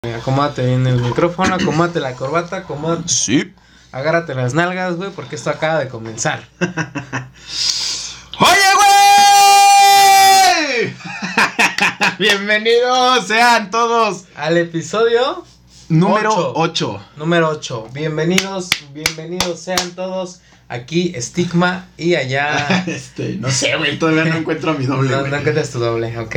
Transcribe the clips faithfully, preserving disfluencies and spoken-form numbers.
Acomódate bien el micrófono, acomódate la corbata, acomódate. Sí. Agárrate las nalgas, güey, porque esto acaba de comenzar. ¡Oye, güey! Bienvenidos sean todos al episodio número ocho. Número ocho. Bienvenidos, bienvenidos sean todos. Aquí, Estigma y allá. Este, no sé, güey, todavía no encuentro a mi doble. No, no encuentras tu doble, ok.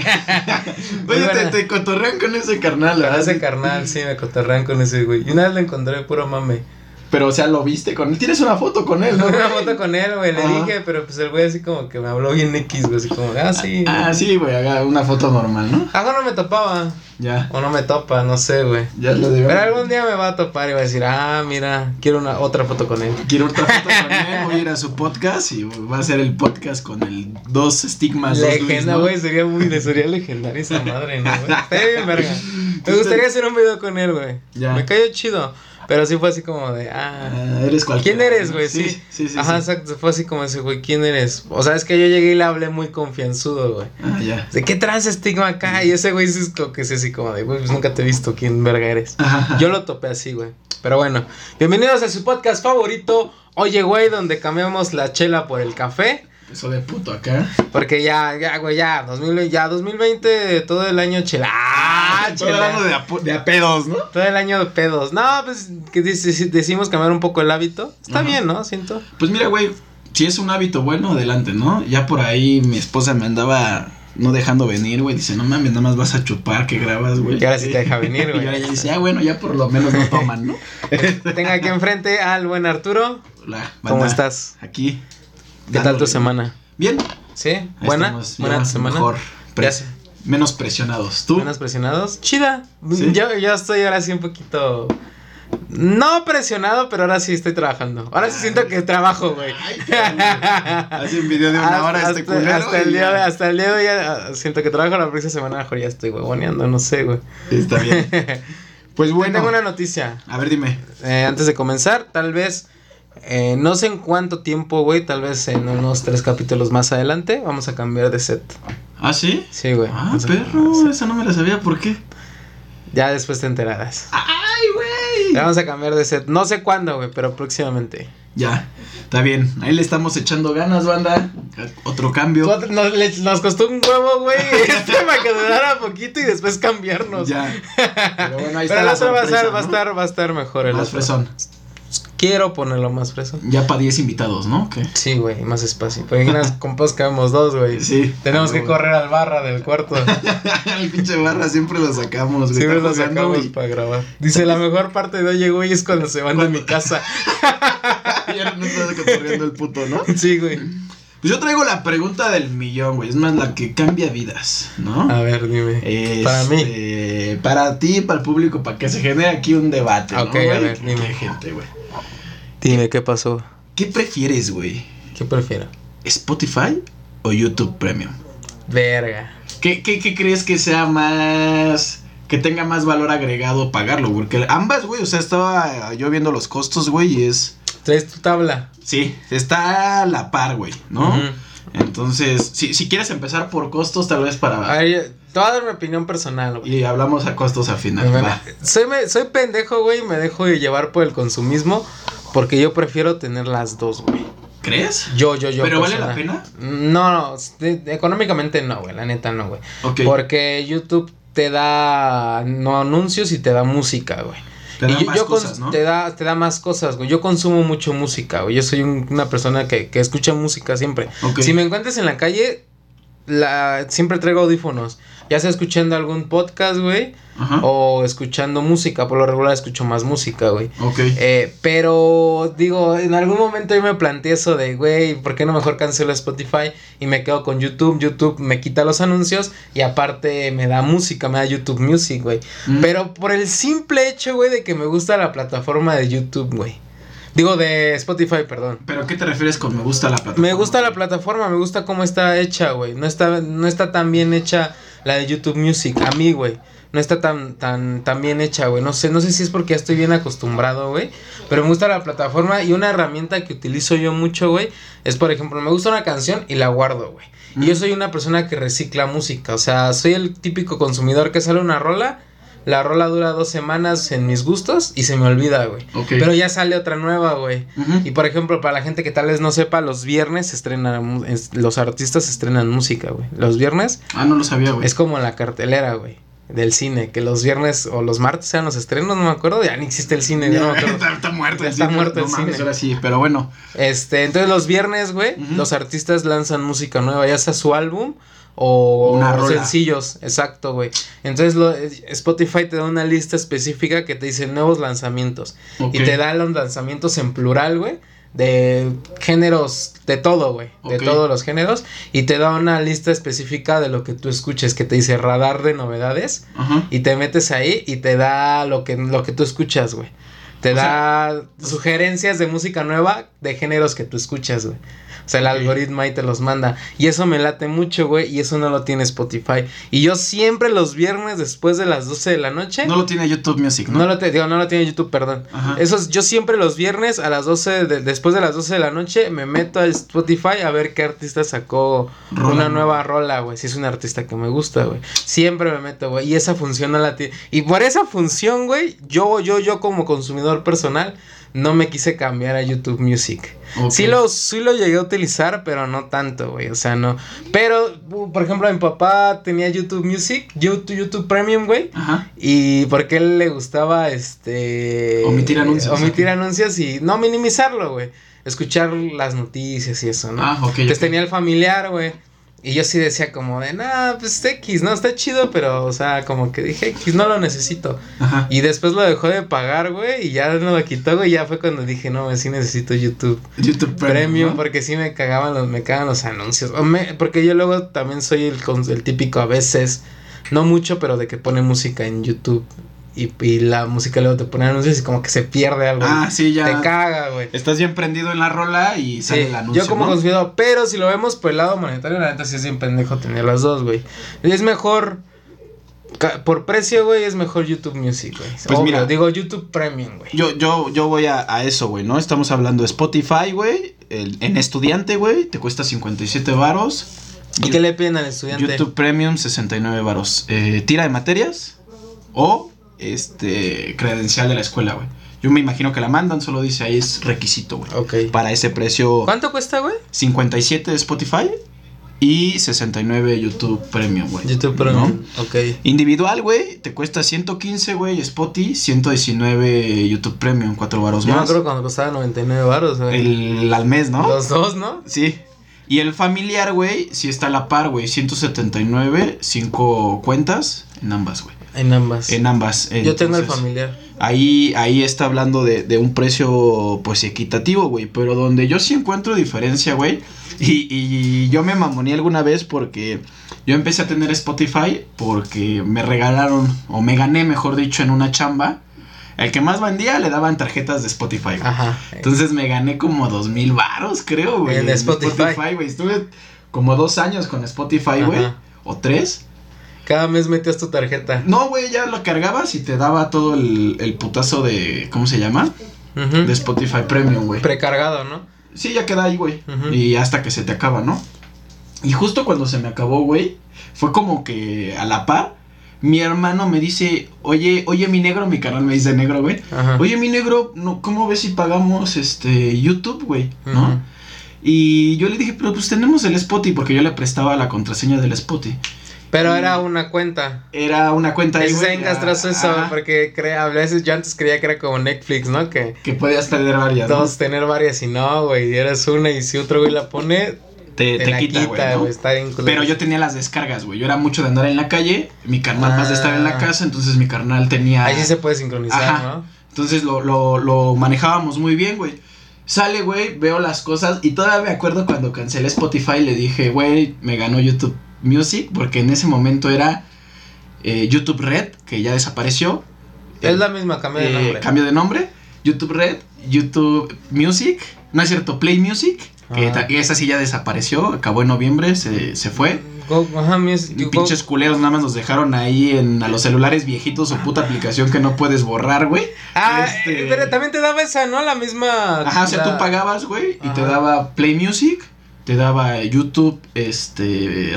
Oye, te, te cotorrean con ese carnal, ¿verdad? Ese carnal, sí, me cotorrean con ese, güey. Y una vez lo encontré, puro mame. Pero, o sea, ¿lo viste con él? ¿Tienes una foto con él, no? Una foto con él, güey, le Ajá. dije, pero pues el güey así como que me habló bien X, güey, así como, ah, sí. Ah, sí, güey, haga una foto normal, ¿no? Algo no me topaba. Ya. O no me topa, no sé, güey. Ya lo debo. Pero algún día me va a topar y va a decir, ah, mira, quiero una otra foto con él. Quiero otra foto con él, voy a ir a su podcast y va a ser el podcast con el dos estigmas. Legenda, dos güey, Luis, ¿no? sería muy, sería legendaria esa madre, ¿no, güey? Estaría bien verga. Me gustaría hacer un video con él, güey. Ya. Me cayó chido. Pero sí fue así como de, ah. Ah, eres cualquiera. ¿Quién eres, güey? Sí, Sí, sí, sí. Ajá, sí. exacto. Fue así como ese, güey, ¿quién eres? O sea, es que yo llegué y le hablé muy confianzudo, güey. Ah, ya. ¿De qué traes estigma acá? Y ese güey sí es como que es así como de, güey, pues nunca te he visto, ¿quién verga eres? Ajá. Yo lo topé así, güey. Pero bueno, bienvenidos a su podcast favorito, Oye, güey, donde cambiamos la chela por el café. Eso de puto acá. Porque ya, ya, güey, ya, dos mil veinte, ya, dos mil veinte, todo el año chela. Ah, Estoy hablando de, apo- de apedos, ¿no? Todo el año de pedos. No, pues, que dec- decimos cambiar un poco el hábito. Está Ajá. bien, ¿no? Siento. Pues mira, güey, si es un hábito bueno, adelante, ¿no? Ya por ahí mi esposa me andaba no dejando venir, güey. Dice, no mames, nada más vas a chupar que grabas, güey. Y ahora sí te deja venir, güey. Y ahora ya dice, ah, bueno, ya por lo menos no toman, ¿no? Tengo aquí enfrente al buen Arturo. Hola, ¿Cómo banda, estás? Aquí. ¿Qué tal tu dándole. semana? Bien. ¿Sí? Ahí ¿Buena? estamos, ¿Buena ya tu semana? Mejor. Ya Pre- sé. menos presionados. ¿Tú? ¿Menos presionados? Chida. ¿Sí? Yo, yo estoy ahora sí un poquito. No presionado, pero ahora sí estoy trabajando. Ahora sí siento que trabajo, güey. Ay, cabrón. Hace un video de una hora hasta, este culero. hasta el y día de, ya. hasta el día de hoy ya siento que trabajo. La próxima semana mejor ya estoy huevoneando, no sé, güey. Está bien. Pues Bueno, bueno. tengo una noticia. A ver, dime. Eh, antes de comenzar, tal vez, eh, no sé en cuánto tiempo, güey, tal vez en unos tres capítulos más adelante, vamos a cambiar de set. ¿Ah, sí? Sí, güey. Ah, vamos a cambiar de perro, set. esa no me la sabía, ¿por qué? Ya después te enterarás. ¡Ay, güey! Ya vamos a cambiar de set. No sé cuándo, güey, pero próximamente. Ya, está bien. Ahí le estamos echando ganas, banda. Otro cambio. Nos, nos, le- nos costó un huevo, güey, este para que durara poquito y después cambiarnos. Ya. Pero bueno, ahí Pero está el la otro va a sorpresa, estar, va a ¿no? estar, va a estar mejor el Más otro. fresón. Quiero ponerlo más fresón. Ya para diez invitados, ¿no? ¿Qué? Sí, güey, más espacio. Porque unas compas cabemos dos, güey. Sí. Tenemos que güey. correr al barra del cuarto. El pinche barra siempre lo sacamos, güey. Siempre Está lo jugando sacamos y- para grabar. Dice, la mejor parte de Oye, güey, es cuando se van de mi casa. Ya no estás cotorreando el puto, ¿no? Sí, güey. Pues yo traigo la pregunta del millón, güey. Es más, la que cambia vidas, ¿no? A ver, dime. Este, Para mí. Para ti, para el público, para que se genere aquí un debate, ¿no, Ok, güey? a ver, Que- dime. que gente, güey. Dime, ¿qué pasó? ¿Qué prefieres, güey? ¿Qué prefiero? ¿Spotify o YouTube Premium? Verga. ¿Qué, qué, qué crees que sea más... que tenga más valor agregado pagarlo? Porque ambas, güey, o sea, estaba yo viendo los costos, güey, y es... Traes tu tabla. Sí, está a la par, güey, ¿no? Ujú. Entonces, si, si quieres empezar por costos, tal vez para... A ver, yo- te voy a dar mi opinión personal, güey. Y hablamos a costos al final, Me- va. Soy, me- soy pendejo, güey, me dejo de llevar por el consumismo porque yo prefiero tener las dos, güey. ¿Crees? Yo, yo, yo. ¿Pero vale la personal. pena? No, no, de- de- económicamente no, güey, la neta no, güey. Ok. Porque YouTube te da no anuncios y te da música, güey. Te da Y yo- más yo cons- cosas, ¿no? Te da, te da más cosas, güey. Yo consumo mucho música, güey. Yo soy un- una persona que, que escucha música siempre. Ok. Si me encuentras en la calle, la, siempre traigo audífonos. Ya sea escuchando algún podcast, güey, Ajá. o escuchando música. Por lo regular escucho más música, güey. Ok. Eh, pero, digo, en algún momento yo me planteé eso de, güey, ¿por qué no mejor cancelo Spotify y me quedo con YouTube? YouTube me quita los anuncios y aparte me da música, me da YouTube Music, güey. Mm. Pero por el simple hecho, güey, de que me gusta la plataforma de YouTube, güey. Digo, de Spotify, perdón. ¿Pero qué te refieres con me gusta la plataforma? Me gusta la plataforma, me gusta cómo está hecha, güey. No está, no está tan bien hecha la de YouTube Music, a mí, güey. No está tan, tan, tan bien hecha, güey. No sé, no sé si es porque ya estoy bien acostumbrado, güey. Pero me gusta la plataforma y una herramienta que utilizo yo mucho, güey. Es, por ejemplo, me gusta una canción y la guardo, güey. Y yo soy una persona que recicla música. O sea, soy el típico consumidor que sale una rola, la rola dura dos semanas en mis gustos y se me olvida, güey. Okay. Pero ya sale otra nueva, güey. Uh-huh. Y por ejemplo, para la gente que tal vez no sepa, los viernes se estrenan, los artistas estrenan música, güey. Los viernes. Ah, no lo sabía, güey. Es como la cartelera, güey, del cine, que los viernes o los martes sean los estrenos, no me acuerdo, ya ni existe el cine, ya, no me acuerdo. Está, está muerto ya el está cine. muerto No el mames, cine. ahora sí, pero bueno. Este, entonces los viernes, güey, uh-huh. los artistas lanzan música nueva, ya sea su álbum o una rola. Sencillos, exacto, güey. Entonces lo, Spotify te da una lista específica que te dice nuevos lanzamientos. Okay. Y te da los lanzamientos en plural, güey, de géneros, de todo, güey, okay. de todos los géneros, y te da una lista específica de lo que tú escuches, que te dice radar de novedades, uh-huh. y te metes ahí y te da lo que, lo que tú escuchas, güey. Te o da sea, sugerencias de música nueva de géneros que tú escuchas, güey. O sea, el okay. algoritmo ahí te los manda. Y eso me late mucho, güey. Y eso no lo tiene Spotify. Y yo siempre los viernes después de las doce de la noche. No lo tiene YouTube Music, ¿no? No lo te, digo, no lo tiene YouTube, perdón. Ajá. Esos, yo siempre los viernes a las doce, de, después de las doce de la noche, me meto a Spotify a ver qué artista sacó rola, una nueva rola, güey. Si es un artista que me gusta, güey. Siempre me meto, güey. Y esa función no la tiene. Y por esa función, güey, yo, yo, yo como consumidor personal, no me quise cambiar a YouTube Music. Okay. Sí lo, sí lo llegué a utilizar, pero no tanto, güey, o sea, no. Pero, por ejemplo, mi papá tenía YouTube Music, YouTube, YouTube Premium, güey. Ajá. Y porque a él le gustaba, este... Omitir anuncios. Omitir okay. anuncios y no minimizarlo, güey. Escuchar las noticias y eso, ¿no? Ah, ok. Entonces okay. tenía el familiar, güey. Y yo sí decía como de, nah, pues X, no, está chido, pero, o sea, como que dije, X, no lo necesito. Ajá. Y después lo dejó de pagar, güey, y ya no lo quitó, güey, ya fue cuando dije, no, sí necesito YouTube. YouTube Premium, Premium, ¿no? ¿no? Porque sí me cagaban los, me cagan los anuncios. O me, porque yo luego también soy el, el típico a veces, no mucho, pero de que pone música en YouTube. Y, y la música luego te pone anuncios y como que se pierde algo. Ah, sí, ya. Te caga, güey. Estás bien prendido en la rola y sale sí, el anuncio, yo como ¿no? consumidor, pero si lo vemos por el lado monetario, la neta sí es bien pendejo tener las dos, güey. Es mejor, por precio, güey, es mejor YouTube Music, güey. Pues Obvio, mira. Digo YouTube Premium, güey. Yo, yo, yo voy a, a eso, güey, ¿no? Estamos hablando de Spotify, güey. En estudiante, güey, te cuesta cincuenta y siete varos. ¿Y qué le piden al estudiante? YouTube Premium, sesenta y nueve varos. Eh, tira de materias o... este credencial de la escuela, güey. Yo me imagino que la mandan, solo dice ahí es requisito, güey. Ok. Para ese precio. ¿Cuánto cuesta, güey? cincuenta y siete de Spotify y sesenta y nueve YouTube Premium, güey. YouTube Premium, ¿no? Ok. Individual, güey, te cuesta ciento quince, güey, Spotify, ciento diecinueve YouTube Premium, cuatro varos más. Yo me acuerdo cuando costaba noventa y nueve varos, güey. El al mes, ¿no? Los dos, ¿no? Sí. Y el familiar, güey, sí está a la par, güey, ciento setenta y nueve, cinco cuentas en ambas, güey. En ambas. En ambas. Entonces, yo tengo el familiar. Ahí, ahí está hablando de, de un precio, pues, equitativo, güey. Pero donde yo sí encuentro diferencia, güey. Y, y yo me mamoné alguna vez porque yo empecé a tener Spotify porque me regalaron, o me gané, mejor dicho, en una chamba. El que más vendía le daban tarjetas de Spotify, güey. Ajá. Entonces me gané como dos mil varos, creo, güey. En Spotify. güey. Estuve como dos años con Spotify, güey. O tres. Cada mes metías tu tarjeta. No, güey, ya lo cargabas y te daba todo el, el putazo de... ¿Cómo se llama? Uh-huh. De Spotify Premium, güey. Precargado, ¿no? Sí, ya queda ahí, güey. Uh-huh. Y hasta que se te acaba, ¿no? Y justo cuando se me acabó, güey, fue como que a la par, mi hermano me dice, oye, oye, mi negro, mi canal me dice negro, güey. Uh-huh. Oye, mi negro, no, ¿cómo ves si pagamos este YouTube, güey? ¿No? Uh-huh. Y yo le dije, pero pues tenemos el Spotify, porque yo le prestaba la contraseña del Spotify. Pero y era una cuenta. Era una cuenta ahí, güey. Es encastroso eso, ajá. Porque crea, a veces yo antes creía que era como Netflix, ¿no? Que, que podías tener varias, Dos, ¿no? tener varias y no, güey, eres una y si otro güey la pone, te, te, te quita, güey, ¿no? Está bien culero. Pero yo tenía las descargas, güey, yo era mucho de andar en la calle, mi carnal ah. más de estar en la casa, entonces mi carnal tenía... Ahí sí se puede sincronizar, ajá. ¿no? Entonces lo, lo, lo manejábamos muy bien, güey. Sale, güey, veo las cosas y todavía me acuerdo cuando cancelé Spotify, le dije, güey, me ganó YouTube Music, porque en ese momento era eh, YouTube Red, que ya desapareció. Es eh, la misma, cambio de nombre. Eh, cambio de nombre, YouTube Red, YouTube Music, no es cierto, Play Music, que ah. esa sí ya desapareció, acabó en noviembre, se, se fue. Go, ajá, music, y pinches go. Culeros nada más nos dejaron ahí en a los celulares viejitos su puta aplicación que no puedes borrar, güey. Ah, este... pero también te daba esa, ¿no? La misma... Ajá, o sea, la... tú pagabas, güey, y te daba Play Music, te daba YouTube, este, Red,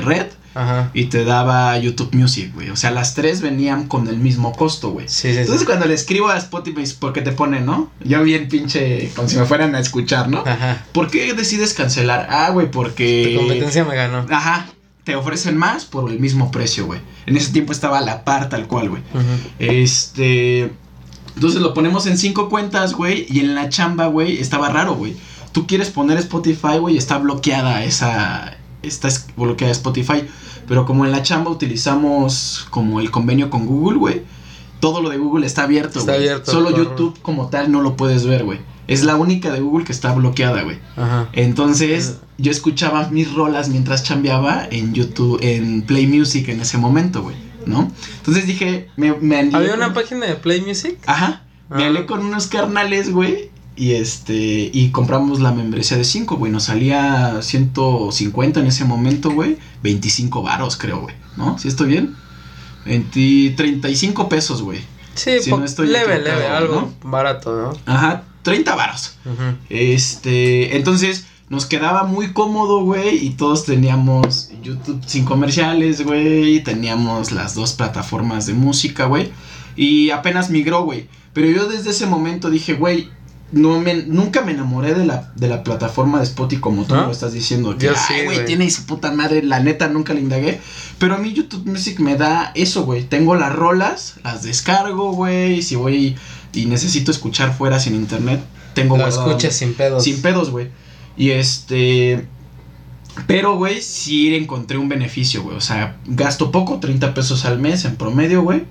Ajá. Y te daba YouTube Music, güey. O sea, las tres venían con el mismo costo, güey. Sí, sí, Entonces sí. cuando le escribo a Spotify, porque te pone, ¿no? Yo bien pinche, como si me fueran a escuchar, ¿no? Ajá. ¿Por qué decides cancelar? Ah, güey, porque... Tu competencia me ganó. Ajá. Te ofrecen más por el mismo precio, güey. En ese tiempo estaba a la par tal cual, güey. Uh-huh. Este... Entonces lo ponemos en cinco cuentas, güey. Y en la chamba, güey, estaba raro, güey. Tú quieres poner Spotify, güey, está bloqueada esa... Está bloqueada Spotify. Pero como en la chamba utilizamos como el convenio con Google, güey. Todo lo de Google está abierto, Está güey. abierto. Solo por... YouTube como tal no lo puedes ver, güey. Es la única de Google que está bloqueada, güey. Ajá. Entonces, yo escuchaba mis rolas mientras chambeaba en YouTube, en Play Music en ese momento, güey, ¿no? Entonces dije, me, me alié ¿Había con... una página de Play Music? Ajá. Ah. Me alié con unos carnales, güey. Y este, y compramos la membresía de cinco, güey. Nos salía ciento cincuenta en ese momento, güey. veinticinco varos, creo, güey, ¿no? ¿Sí estoy bien? veinte, treinta y cinco pesos, güey. Sí, si po- no estoy leve, equivocado, leve, algo ¿no? barato, ¿no? Ajá, treinta varos. Uh-huh. Este, entonces nos quedaba muy cómodo, güey, y todos teníamos YouTube sin comerciales, güey, teníamos las dos plataformas de música, güey, y apenas migró, güey, pero yo desde ese momento dije, güey, no me, nunca me enamoré de la, de la plataforma de Spotify como tú ¿Ah? lo estás diciendo, que, Yo ay, sí, güey, güey. tiene su puta madre, la neta nunca la indagué, pero a mí YouTube Music me da eso, güey, tengo las rolas, las descargo, güey, si voy y necesito escuchar fuera sin internet, tengo Lo guardado- escuchas sin pedos. sin pedos, güey. Y este... Pero, güey, sí encontré un beneficio, güey. O sea, gasto poco, treinta pesos al mes en promedio, güey.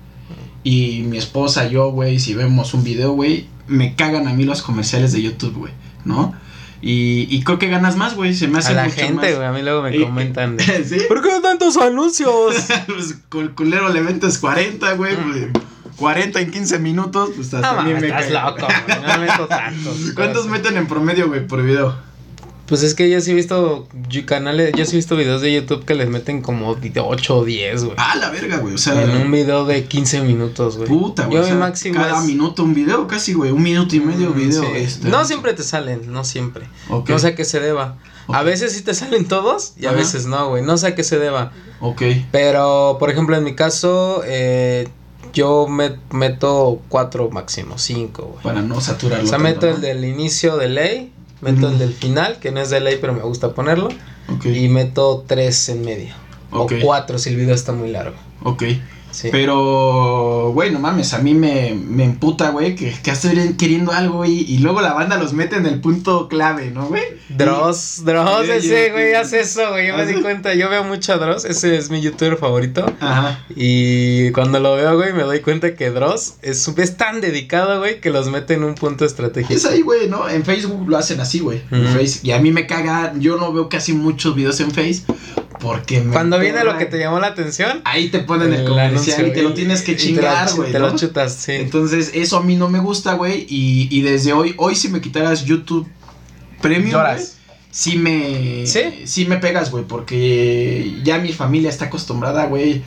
Y mi esposa, yo, güey, si vemos un video, güey, me cagan a mí los comerciales de YouTube, güey, ¿no? Y, y creo que ganas más, güey. Se me hace A la mucho gente, más. güey, a mí luego me Eh, comentan. eh, ¿Sí? ¿Por qué tantos anuncios? Pues con el culero le metes cuarenta, güey. Pues, cuarenta en quince minutos, pues hasta No, a mí mames, me estás cae. loco, güey, no meto tantos. ¿Cuántos meten en promedio, güey, por video? Pues es que yo sí he visto yo- canales, yo sí he visto videos de YouTube que les meten como de ocho o diez, güey. Ah, la verga, güey. O sea, En un video de quince minutos, güey. puta, güey. Yo o sea, mi máximo cada es... minuto un video, casi, güey. Un minuto y medio Mm, video. sí. Este, No siempre te salen, no siempre. Ok. No sé a qué se deba. A Ok. veces sí te salen todos y a Ajá. veces no, güey. No sé a qué se deba. Ok. Pero, por ejemplo, en mi caso, eh, yo me meto cuatro máximo, cinco, güey. Para no saturarlo. O sea, tanto, meto ¿no? el del inicio de ley, meto Ujú. el del final, que no es de ley, pero me gusta ponerlo. Ok. Y meto tres en medio. Ok. O cuatro si el video está muy largo. Ok. Sí. Pero, güey, no mames, a mí me, me emputa, güey, que, que estoy queriendo algo, güey, y luego la banda los mete en el punto clave, ¿no, güey? Dross, Dross, Sí, ese yo- güey hace eso, güey. Yo me ¿Hace? di cuenta, yo veo mucho a Dross, ese es mi youtuber favorito. Ajá. Y cuando lo veo, güey, me doy cuenta que Dross es, es tan dedicado, güey, que los mete en un punto estratégico. Es ahí, güey, ¿no? En Facebook lo hacen así, güey. En Ujú. Face. Y a mí me caga, yo no veo casi muchos videos en Face porque me Cuando viene lo emperra. que te llamó la atención, Ahí te ponen el, el comercial anuncio, y te lo tienes que y te lo chingar, chu- güey, Te ¿no? lo chutas, sí. Entonces, eso a mí no me gusta, güey. Y, y desde hoy, hoy si me quitaras YouTube Premium, Lloras. güey, sí me... ¿Sí? Sí me pegas, güey, porque ya mi familia está acostumbrada, güey.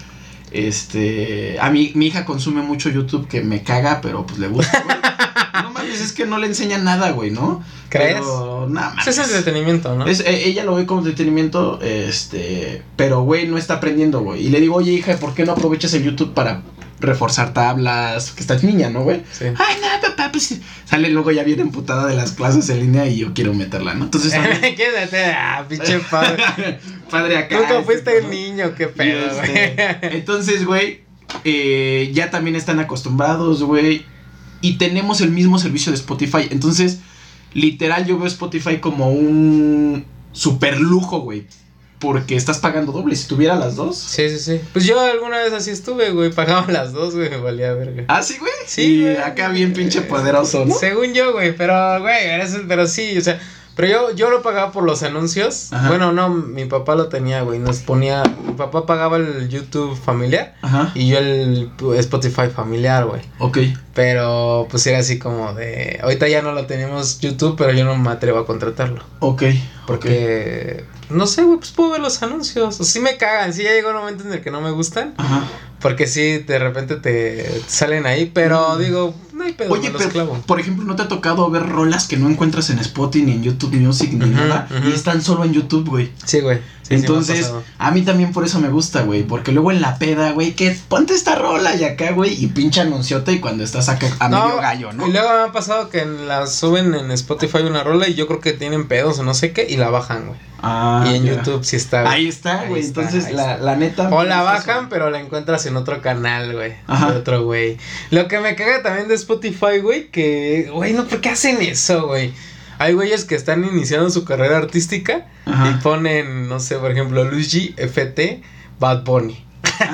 Este... A mí, mi hija consume mucho YouTube que me caga, pero pues le gusta, güey. No mames, es que no le enseñan nada, güey, ¿no? ¿Crees? Pero, no mames. Pues es entretenimiento, ¿no? Es, eh, ella lo ve como entretenimiento, este, pero güey, no está aprendiendo, güey. Y le digo, oye, hija, ¿por qué no aprovechas el YouTube para reforzar tablas? Que estás niña, ¿no, güey? Sí. Ay, no, papá, pues sale luego ya bien emputada de las clases en línea y yo quiero meterla, ¿no? Entonces, Quédate, ah, pinche padre. padre acá. Nunca este, fuiste ¿no? niño, qué Y, pedo, este, güey. entonces, güey, eh, ya también están acostumbrados, güey. Y tenemos el mismo servicio de Spotify. Entonces, literal, yo veo Spotify como un super lujo, güey. Porque estás pagando doble. Si tuviera las dos. Sí, sí, sí. Pues yo alguna vez así estuve, güey. Pagaba las dos, güey. Me valía verga. Ah, sí, güey. Sí, Y güey. acá bien pinche poderoso, ¿no? Según yo, güey. Pero, güey, eso- pero sí, o sea. Pero yo, yo lo pagaba por los anuncios. Ajá. Bueno, no, mi papá lo tenía, güey. Nos ponía. Mi papá pagaba el YouTube familiar. Ajá. Y yo el Spotify familiar, güey. Ok. Pero pues era así como de. Ahorita ya no lo tenemos YouTube, pero yo no me atrevo a contratarlo. Ok. Porque. No sé, güey, pues puedo ver los anuncios. O sí me cagan. Sí, ya llegó un momento en el que no me gustan. Ajá. Porque sí, de repente te salen ahí. Pero Mm. digo, no, no hay pedo, Oye, me los pero, clavo. por ejemplo, ¿no te ha tocado ver rolas que no encuentras en Spotify, ni en YouTube Music, ni Ujú, nada? ujú. Y están solo en YouTube, güey. Sí, güey. Sí, Entonces, sí me ha pasado. a mí también por eso me gusta, güey. Porque luego en la peda, güey, que ponte esta rola y acá, güey, y pinche anunciota y cuando estás acá a No, medio gallo, ¿no? Y luego me ha pasado que la suben en Spotify una rola y yo creo que tienen pedos o no sé qué y la bajan, güey. Ah, y en ya. YouTube sí está, güey. Ahí está, Ahí güey. está, Entonces, ahí la, está. la neta. O la es bajan, eso. pero la encuentras en otro canal, güey. Ajá. De otro güey. Lo que me caga también de Spotify, güey, que, güey, no, ¿por qué hacen eso, güey? Hay güeyes que están iniciando su carrera artística Ajá. y ponen, no sé, por ejemplo, Luigi F T Bad Bunny.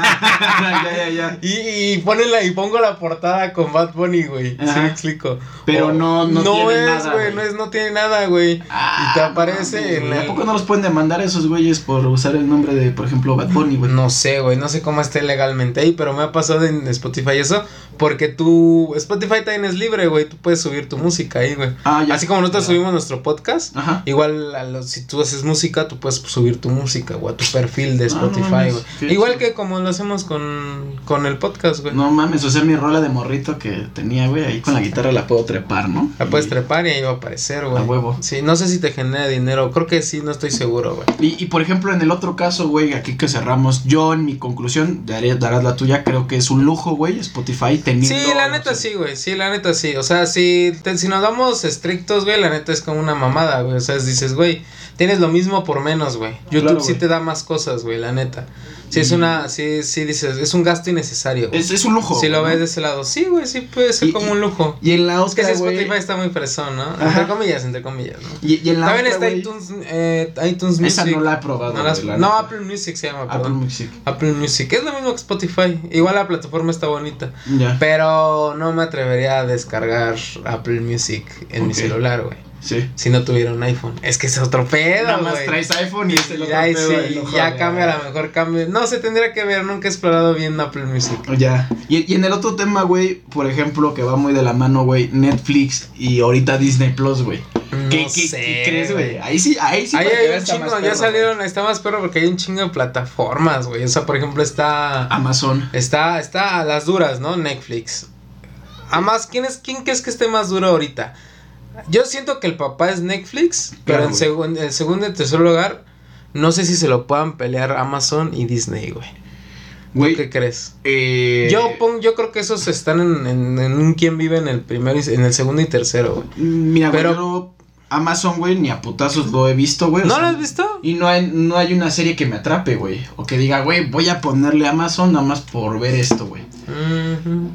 ya, ya, ya. Y, y ponen la, y pongo la portada con Bad Bunny, güey. ¿Sí Ajá. me explico? Pero O- no- no tiene es, nada, güey, güey. no es, no tiene nada, güey. Ah, y te aparece no, en güey. el... ¿A poco no los pueden demandar a esos güeyes por usar el nombre de, por ejemplo, Bad Bunny, güey? No sé, güey, no sé cómo esté legalmente ahí, pero me ha pasado en Spotify eso, porque tú, Spotify también es libre, güey, tú puedes subir tu música ahí, güey. Ah, ya. Así como nosotros Ya. subimos nuestro podcast, Ajá. igual a los, si tú haces música, tú puedes subir tu música, güey, a tu perfil de Ah, no Spotify, mames, güey. qué Igual chido. que como lo hacemos con, con el podcast, güey. No mames, o sea, mi rola de morrito que tenía, güey, ahí con la guitarra la puedo trepar, ¿no? La puedes Y- trepar y ahí va a aparecer, güey. A huevo. Sí, no sé si te genera dinero, creo que sí, no estoy seguro, güey. Y, y por ejemplo, en el otro caso, güey, aquí que cerramos, yo en mi conclusión, daré, darás la tuya, creo que es un lujo, güey, Spotify teniendo... Sí, la neta sí, güey, sí, la neta sí, o sea, si, te- si nos damos estrictos, güey, la neta es como una mamada, güey, o sea, dices, güey, tienes lo mismo por menos, güey, YouTube Claro, sí güey. te da más cosas, güey, la neta, sí es una, sí, sí dices, es un gasto innecesario, güey. Es, es un lujo. Si lo güey, ves ¿no? de ese lado, sí, güey, sí puede ser Y- como y- un lujo. Y en la Es que otra, si güey... Spotify está muy fresón, ¿no? Ajá. Entre comillas, entre comillas, ¿no? Y, y en la También otra, está güey, iTunes, eh, iTunes Music. esa no la he probado, No, las- güey, la no, neta. Apple Music se llama, Apple perdón. Music. Apple Music, es lo mismo que Spotify. Igual la plataforma está bonita. Ya. Pero no me atrevería a descargar Apple Music en mi Ok. celular, güey. Sí. Si no tuviera un iPhone. Es que es otro pedo, Nada más güey. traes iPhone y es el Y otro ahí pedo, sí, el ojo ya de- cambia, a lo mejor cambia. No, se tendría que ver, nunca he explorado bien Apple Music. Ya. Y, y en el otro tema, güey, por ejemplo, que va muy de la mano, güey, Netflix y ahorita Disney Plus, güey. No ¿Qué, qué, sé, qué crees, güey? Ahí sí, ahí sí. Ahí para que hay veas un está chingo, más ya perro, salieron, está más perro porque hay un chingo de plataformas, güey. O sea, por ejemplo, está... güey. Amazon. Está, está a las duras, ¿no? Netflix. Además, ¿quién es, quién crees que esté más duro ahorita? Yo siento que el papá es Netflix, pero Claro, en güey. segun- el segundo y tercer lugar, no sé si se lo puedan pelear Amazon y Disney, güey. Güey. ¿Qué crees? Eh, Yo pon, yo creo que esos están en, en, en un quién vive en el primero y en el segundo y tercero, güey. Mira, pero- pero yo Amazon, güey, ni a putazos lo he visto, güey. o ¿No sea, lo has visto? Y no hay, no hay una serie que me atrape, güey. O que diga, güey, voy a ponerle Amazon nada más por ver esto, güey. Ujú.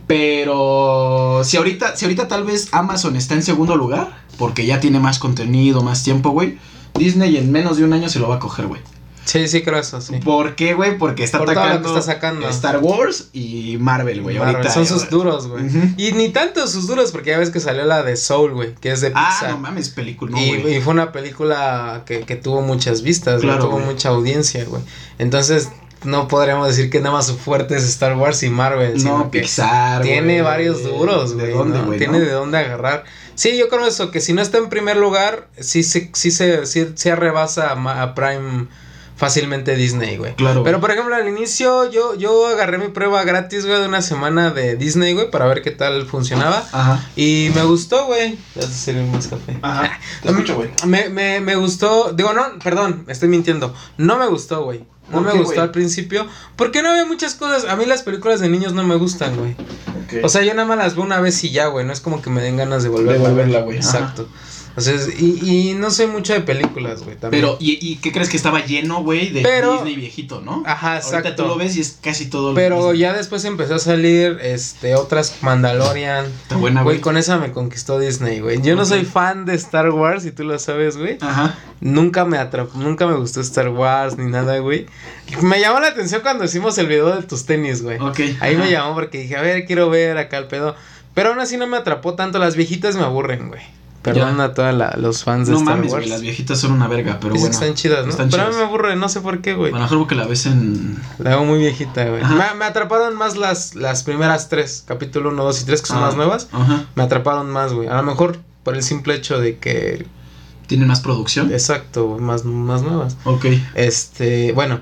Pero si ahorita, si ahorita tal vez Amazon está en segundo lugar, porque ya tiene más contenido, más tiempo, güey. Disney en menos de un año se lo va a coger, güey. Sí, sí, creo eso, sí. ¿Por qué, güey? Porque está Por todo lo que atacando está sacando. Star Wars y Marvel, güey. Marvel, Ahorita son sus duros, güey. Ujú. Y ni tanto sus duros, porque ya ves que salió la de Soul, güey, que es de Ah, Pixar. no mames, película, no, y, güey. y fue una película que, que tuvo muchas vistas, güey, Claro, tuvo güey. mucha audiencia, güey. Entonces, no podríamos decir que nada más su fuerte es Star Wars y Marvel, sino No, que Pixar, tiene güey. varios duros, güey. ¿De dónde, ¿no? güey? Tiene no? de dónde agarrar. Sí, yo creo eso, que si no está en primer lugar, sí se, sí se, sí, sí arrebasa a, Ma- a Prime fácilmente Disney, güey. Claro, Pero güey. por ejemplo, al inicio yo, yo agarré mi prueba gratis, güey, de una semana de Disney, güey, para ver qué tal funcionaba. Ajá. Y me gustó, güey. Ya te sirve más café. Ajá. Te escucho, güey. Me, me, me gustó, digo, no, perdón, estoy mintiendo. No me gustó, güey. No ¿Por me qué, gustó güey? al principio. Porque no había muchas cosas. A mí las películas de niños no me gustan, güey. Ok. O sea, yo nada más las veo una vez y ya, güey. No es como que me den ganas de volverla, De a ver. volverla, güey. Ajá. Exacto. O sea, es- y, y no soy mucho de películas, güey. También. Pero, ¿y, ¿y qué crees que estaba lleno, güey? De Pero- Disney viejito, ¿no? Ajá, Ahorita exacto. tú lo ves y es casi todo lo Pero Disney. ya después empezó a salir, este, otras Mandalorian. Está buena, Güey, güey. con esa me conquistó Disney, güey. Yo no Ok. soy fan de Star Wars, y tú lo sabes, güey. Ajá. Nunca me atrapó, nunca me gustó Star Wars ni nada, güey. Me llamó la atención cuando hicimos el video de tus tenis, güey. Ok. Ahí ajá. me llamó porque dije, a ver, quiero ver acá el pedo. Pero aún así no me atrapó tanto. Las viejitas me aburren, güey. Perdón Ya. a todos la- los fans de No Star mames, Wars. güey, las viejitas son una verga, pero Dicen bueno. que están chidas, ¿no? están Pero a mí chidas. me aburre, no sé por qué, güey. A lo mejor porque la ves en... La hago muy viejita, güey. Ajá. Me, me atraparon más las, las primeras tres, capítulo uno, dos y tres, que son Ah, más nuevas. Ajá. Me atraparon más, güey. A lo mejor por el simple hecho de que... ¿Tienen más producción? Exacto, más, más nuevas. Ok. Este, bueno,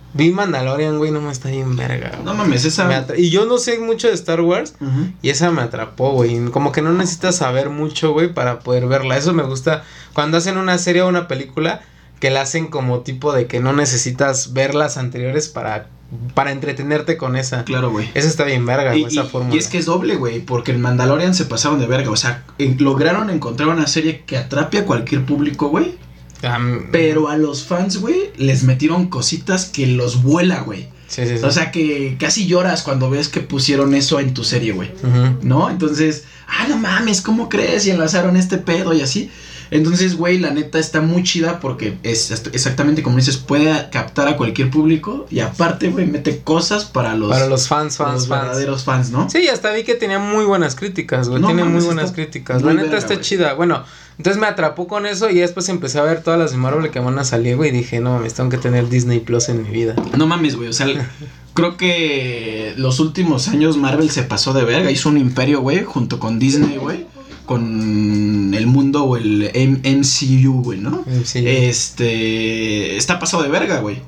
Vi Mandalorian, güey, no me está bien verga. Güey. No mames, esa... Atra- y yo no sé mucho de Star Wars, uh-huh. y esa me atrapó, güey. Como que no necesitas saber mucho, güey, para poder verla. Eso me gusta cuando hacen una serie o una película que la hacen como tipo de que no necesitas ver las anteriores para... para entretenerte con esa. Claro, güey. Esa está bien verga, y, güey, esa y, fórmula. Y es que es doble, güey, porque el Mandalorian se pasaron de verga. O sea, en, lograron encontrar una serie que atrape a cualquier público, güey. Um, pero a los fans, güey, les metieron cositas que los vuela, güey. Sí, sí, sí. O sea, que casi lloras cuando ves que pusieron eso en tu serie, güey. Uh-huh. ¿No? Entonces, ah, no mames, ¿cómo crees? Y enlazaron este pedo y así. Entonces, güey, la neta está muy chida porque es exactamente como dices, puede captar a cualquier público y aparte, güey, mete cosas para los... Para los fans, fans, los fans. verdaderos fans, ¿no? Sí, hasta vi que tenía muy buenas críticas, güey, no, tiene mames, muy buenas críticas. La neta verga, está wey. chida, bueno, entonces me atrapó con eso y después empecé a ver todas las de Marvel que van a salir, güey, y dije, no mames, tengo que tener Disney Plus en mi vida. No mames, güey, o sea, creo que los últimos años Marvel se pasó de verga, hizo un imperio, güey, junto con Disney, güey. Con el mundo o el M C U, güey, ¿no? Sí. Este... Está pasado de verga, güey.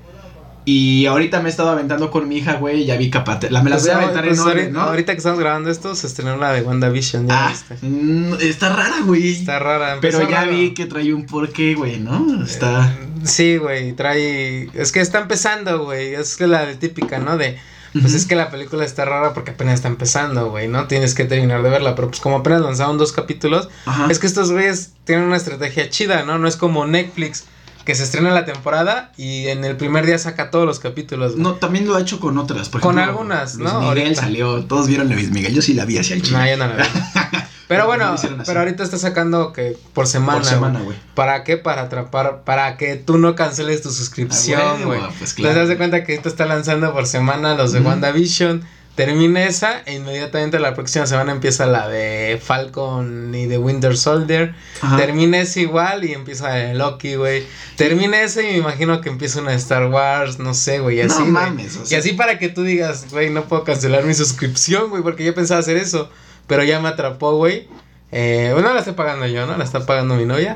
Y ahorita me he estado aventando con mi hija, güey, ya vi Capate... La me las pues voy a aventar pues en orden, ¿no? Ahorita que estamos grabando esto, se estrenó la de WandaVision, ya ah, viste. Mm, está rara, güey. Está rara. Pero ya raro. vi que trae un porqué, güey, ¿no? Está... Eh, sí, güey, trae... Es que está empezando, güey, es que la típica, ¿no? De... Pues uh-huh. es que la película está rara porque apenas está empezando, güey, ¿no? Tienes que terminar de verla, pero pues como apenas lanzaron dos capítulos, Ajá. es que estos güeyes tienen una estrategia chida, ¿no? No es como Netflix, que se estrena la temporada y en el primer día saca todos los capítulos, güey. No, también lo ha hecho con otras, por Con ejemplo, algunas, Luis ¿no? Miguel ahorita. salió, todos vieron a Luis Miguel, yo sí la vi hacia el chile. No, yo no la vi. Pero bueno, pero ahorita está sacando que por semana, Por semana, güey. ¿Para qué? Para atrapar, para que tú no canceles tu suscripción, güey. Ah, pues claro. Entonces, te das de cuenta que esto está lanzando por semana los de uh-huh. WandaVision. Termina esa e inmediatamente la próxima semana empieza la de Falcon y de Winter Soldier. Ajá. Termina esa igual y empieza la de Loki, güey. Termina esa y me imagino que empieza una de Star Wars, no sé, güey, así, no güey. mames, o sea. Y así para que tú digas, güey, no puedo cancelar mi suscripción, güey, porque yo pensaba hacer eso. Pero ya me atrapó, güey. Eh, bueno, la estoy pagando yo, ¿no? La está pagando mi novia.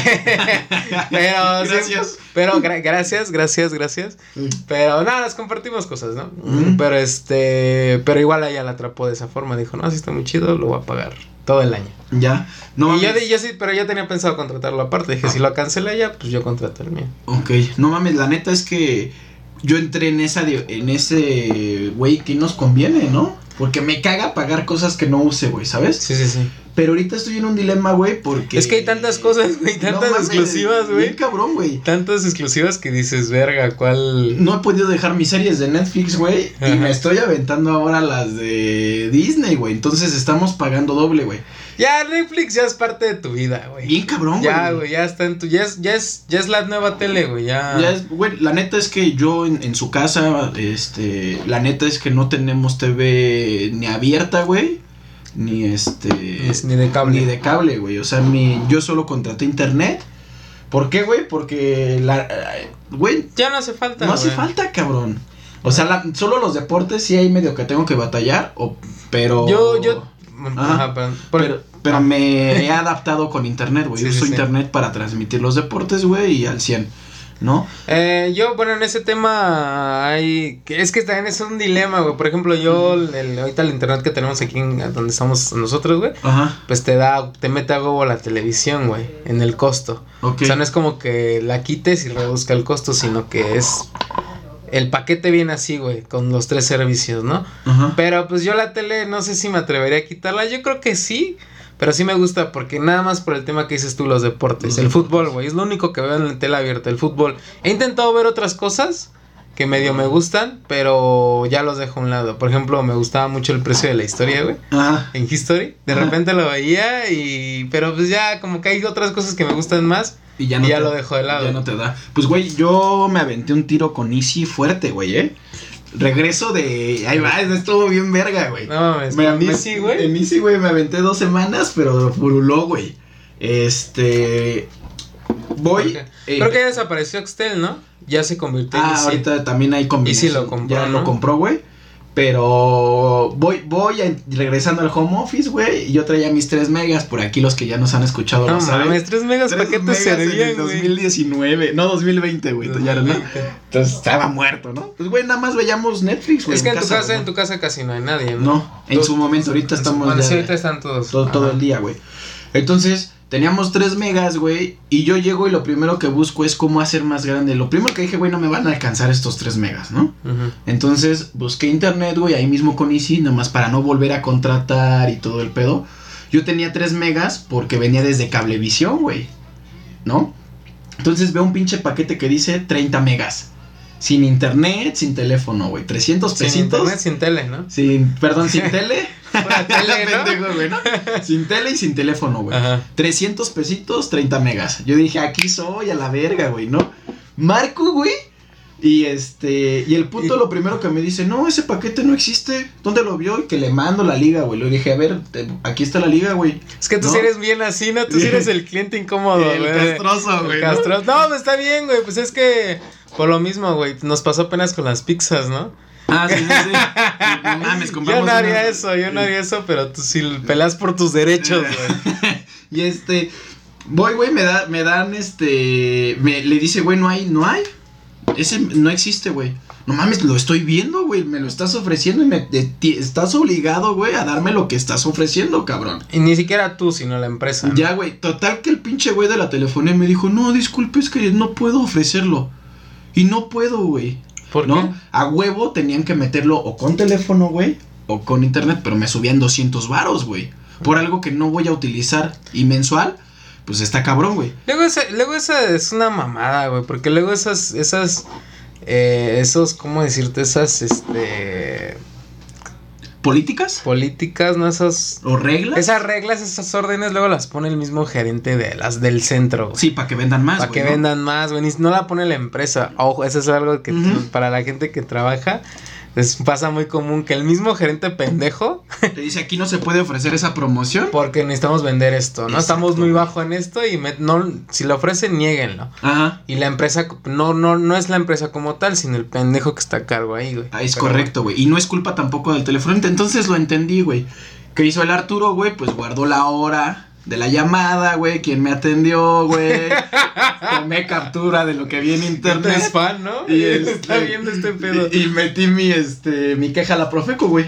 Pero gracias. Sí, pero gra- gracias, gracias, gracias. Mm. Pero nada, las compartimos cosas, ¿no? Mm. Pero este, pero igual ella la atrapó de esa forma. Dijo, no, si está muy chido, lo voy a pagar todo el año. Ya. No. Y yo, yo sí, pero yo tenía pensado contratarlo aparte. Dije, ah. si lo cancela ella, pues yo contrato el mío. Ok. No mames, la neta es que yo entré en esa, en ese, güey, que nos conviene, ¿no? Porque me caga pagar cosas que no use, güey, ¿sabes? Sí, sí, sí. Pero ahorita estoy en un dilema, güey, porque... Es que hay tantas cosas, güey, tantas no, exclusivas, güey. Bien cabrón, güey. Tantas exclusivas que dices, verga, ¿cuál...? No he podido dejar mis series de Netflix, güey, y me estoy aventando ahora las de Disney, güey. Entonces estamos pagando doble, güey. Ya, Netflix ya es parte de tu vida, güey. Bien cabrón, güey. Ya, güey, ya está en tu... Ya es, ya es, ya es la nueva tele, güey, ya... Ya es, güey, la neta es que yo en, en su casa, este... La neta es que no tenemos T V ni abierta, güey. Ni este... Es, ni de cable. Ni de cable, güey. O sea, mi, yo solo contraté internet. ¿Por qué, güey? Porque la... Güey... Ya no hace falta, No hace güey. falta, cabrón. O sea, la, solo los deportes sí hay medio que tengo que batallar, o, pero... Yo, yo... Ajá, Ajá, pero, por... pero, pero me he adaptado con internet, güey. Sí, Uso sí, internet sí. para transmitir los deportes, güey, y al cien, ¿no? Eh, yo, bueno, en ese tema hay... Es que también es un dilema, güey. Por ejemplo, yo, el, ahorita el internet que tenemos aquí en donde estamos nosotros, güey. Ajá. Pues te da, te mete a huevo la televisión, güey, en el costo. Okay. O sea, no es como que la quites y reduzca el costo, sino que es... El paquete viene así, güey, con los tres servicios, ¿no? Ajá. Pero pues yo la tele no sé si me atrevería a quitarla. Yo creo que sí, pero sí me gusta porque nada más por el tema que dices tú, los deportes. Los el deportes. Fútbol, güey, es lo único que veo en la tele abierta, el fútbol. He intentado ver otras cosas que medio me gustan, pero ya los dejo a un lado. Por ejemplo, me gustaba mucho El Precio de la Historia, güey. Ajá. En History. De Ajá. repente lo veía y... Pero pues ya como que hay otras cosas que me gustan más. Y ya, no y ya te, lo dejo de lado. Ya no te da. Pues, güey, yo me aventé un tiro con Easy fuerte, güey, ¿eh? Regreso de... Ahí va, estuvo bien verga, güey. No mames, me, ¿en Easy, güey? En Easy, güey, me aventé dos semanas, pero furuló, güey. Este... Voy... Okay. Eh, Creo que ya desapareció Axtel, ¿no? Ya se convirtió ah, en Easy. ahorita también hay combinación. Easy lo compró, Ya ¿no? lo compró, güey. Pero voy, voy a, regresando al home office, güey, y yo traía mis tres megas, por aquí los que ya nos han escuchado No lo saben. mames, tres megas, ¿para qué te servían, güey? dos mil diecinueve, no, dos mil veinte, güey, ya, ¿no? Entonces estaba muerto, ¿no? Pues, güey, nada más veíamos Netflix, güey. Es que en, en tu casa, casa en tu casa casi no hay nadie, ¿no? No, en Tú, su momento, ahorita estamos bueno, ya, sí, ahorita están todos. Todo, todo el día, güey. Entonces, teníamos tres megas, güey, y yo llego y lo primero que busco es cómo hacer más grande. Lo primero que dije, güey, no me van a alcanzar estos tres megas, ¿no? Uh-huh. Entonces, busqué internet, güey, ahí mismo con Easy, nomás para no volver a contratar y todo el pedo. Yo tenía tres megas porque venía desde Cablevisión, güey, ¿no? Entonces veo un pinche paquete que dice treinta megas. Sin internet, sin teléfono, güey. trescientos pesitos. Sin internet, sin tele, ¿no? Sin, perdón, sin tele. Pura tele, ¿no? Pendejo, güey, ¿no? Sin tele y sin teléfono, güey. Ajá. trescientos pesitos, treinta megas. Yo dije, aquí soy, a la verga, güey, ¿no? Marco, güey. Y este, y el puto y... lo primero que me dice, no, ese paquete no existe. ¿Dónde lo vio? Y que le mando la liga, güey. Le dije, a ver, te, aquí está la liga, güey. Es que tú ¿no? sí eres bien así, ¿no? Tú sí eres el cliente incómodo, güey. El castroso, güey. El castroso. No, pues está bien, güey. Pues es que, por lo mismo, güey, nos pasó apenas con las pizzas, ¿no? Ah, sí, sí, sí. No mames, compramos yo no haría una... eso, yo no haría eso, pero tú sí peleas por tus derechos, güey. Y este, voy, güey, me da, me dan, este, me, le dice, güey, no hay, no hay. Ese no existe, güey. No mames, lo estoy viendo, güey. Me lo estás ofreciendo y me de, ti, estás obligado, güey, a darme lo que estás ofreciendo, cabrón. Y ni siquiera tú, sino la empresa, ¿no? Ya, güey. Total que el pinche güey de la telefonía me dijo, no, disculpe, es que no puedo ofrecerlo. Y no puedo, güey. ¿Por ¿no? qué? A huevo tenían que meterlo o con teléfono, güey, o con internet, pero me subían doscientos varos, güey. Por algo que no voy a utilizar. Y mensual, pues está cabrón, güey. Luego esa, luego esa es una mamada, güey, porque luego esas, esas, eh, esos, ¿cómo decirte? Esas, este... ¿Políticas? Políticas, ¿no? Esas... ¿O reglas? Esas reglas, esas órdenes, luego las pone el mismo gerente de las del centro, güey. Sí, para que vendan más, Para que ¿no? vendan más, güey, no la pone la empresa. Ojo, eso es algo que uh-huh. para la gente que trabaja... Es, pasa muy común que el mismo gerente pendejo te dice aquí no se puede ofrecer esa promoción porque necesitamos vender esto, ¿no? Exacto. Estamos muy bajo en esto y me, no, si lo ofrecen, niéguenlo. Ajá. Y la empresa, no, no, no es la empresa como tal, sino el pendejo que está a cargo ahí, güey. Ah, es Pero, correcto, güey. Y no es culpa tampoco del teléfono. Entonces lo entendí, güey. ¿Qué hizo el Arturo, güey? Pues guardó la hora de la llamada, güey, quien me atendió, güey. Tomé captura de lo que vi en internet. Es fan, ¿no? Y este, este, está viendo este pedo. Y, y metí mi, este, mi queja a la Profeco, güey.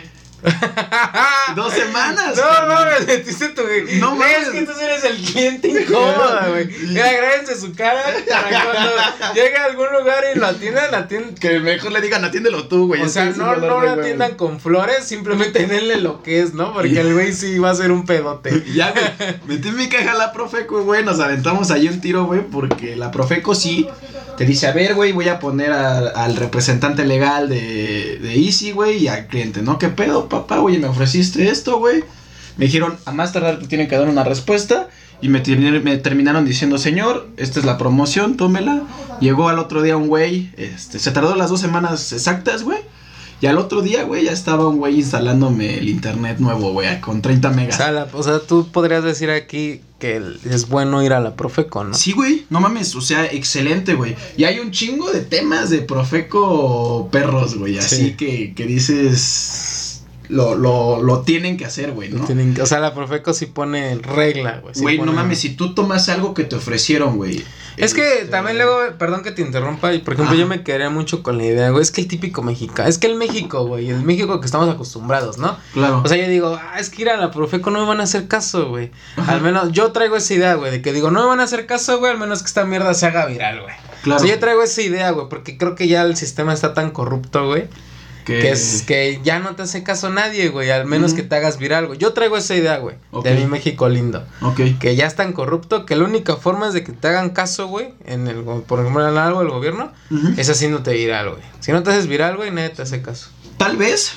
Dos semanas. No, no, me metiste tu. No mames. Es que tú eres el cliente incómodo, güey. Mira, agárrense su cara para cuando llegue a algún lugar y lo atiendan, la atiendan. Que mejor le digan, atiéndelo tú, güey. O sea, no, no lo atiendan con flores, simplemente denle lo que es, ¿no? Porque el güey sí va a ser un pedote. Ya, güey. Metí mi queja a la Profeco, güey. Nos aventamos ahí un tiro, güey. Porque la Profeco sí te dice, a ver, güey, voy a poner a, al representante legal de, de Easy, güey, y al cliente, ¿no? ¿Qué pedo, papá? Oye, me ofreciste esto, güey. Me dijeron, a más tardar te tienen que dar una respuesta. Y me, me terminaron diciendo, señor, esta es la promoción, tómela. Llegó al otro día un güey, este, se tardó las dos semanas exactas, güey. Y al otro día, güey, ya estaba un güey instalándome el internet nuevo, güey, con treinta megas. O sea, la, o sea, tú podrías decir aquí que es bueno ir a la Profeco, ¿no? Sí, güey, no mames, o sea, excelente, güey. Y hay un chingo de temas de Profeco perros, güey, así sí. que, que dices... Lo, lo, lo tienen que hacer, güey, ¿no? Tienen, o sea, la Profeco sí pone regla, güey. Güey, sí no mames, si tú tomas algo que te ofrecieron, güey. Es este... que también luego, perdón que te interrumpa, y por ejemplo, ah. yo me quedaría mucho con la idea, güey, es que el típico mexicano, es que el México, güey, el México que estamos acostumbrados, ¿no? Claro. O sea, yo digo, ah, es que ir a la Profeco no me van a hacer caso, güey. Al menos, yo traigo esa idea, güey, de que digo, no me van a hacer caso, güey, al menos que esta mierda se haga viral, güey. Claro. O sea, yo traigo esa idea, güey, porque creo que ya el sistema está tan corrupto, güey. Que... que es que ya no te hace caso nadie, güey, al menos uh-huh. que te hagas viral, güey. Yo traigo esa idea, güey, okay. de mi México lindo. Okay. Que ya es tan corrupto que la única forma es de que te hagan caso, güey, en el, por ejemplo, en algo del gobierno, uh-huh. es haciéndote viral, güey. Si no te haces viral, güey, nadie te hace caso. Tal vez,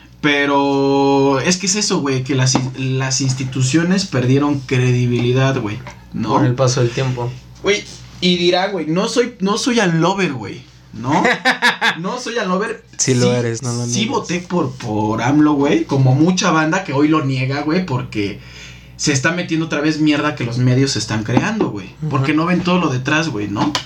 pero es que es eso, güey, que las, las instituciones perdieron credibilidad, güey, ¿no? Con el paso del tiempo. Güey, y dirá, güey, no soy, no soy al lover, güey. ¿No? No soy al lover. Sí, sí lo eres, no lo Sí niegas. Voté por, por AMLO, güey. Como mucha banda que hoy lo niega, güey. Porque se está metiendo otra vez mierda que los medios están creando, güey. Uh-huh. Porque no ven todo lo detrás, güey, ¿no?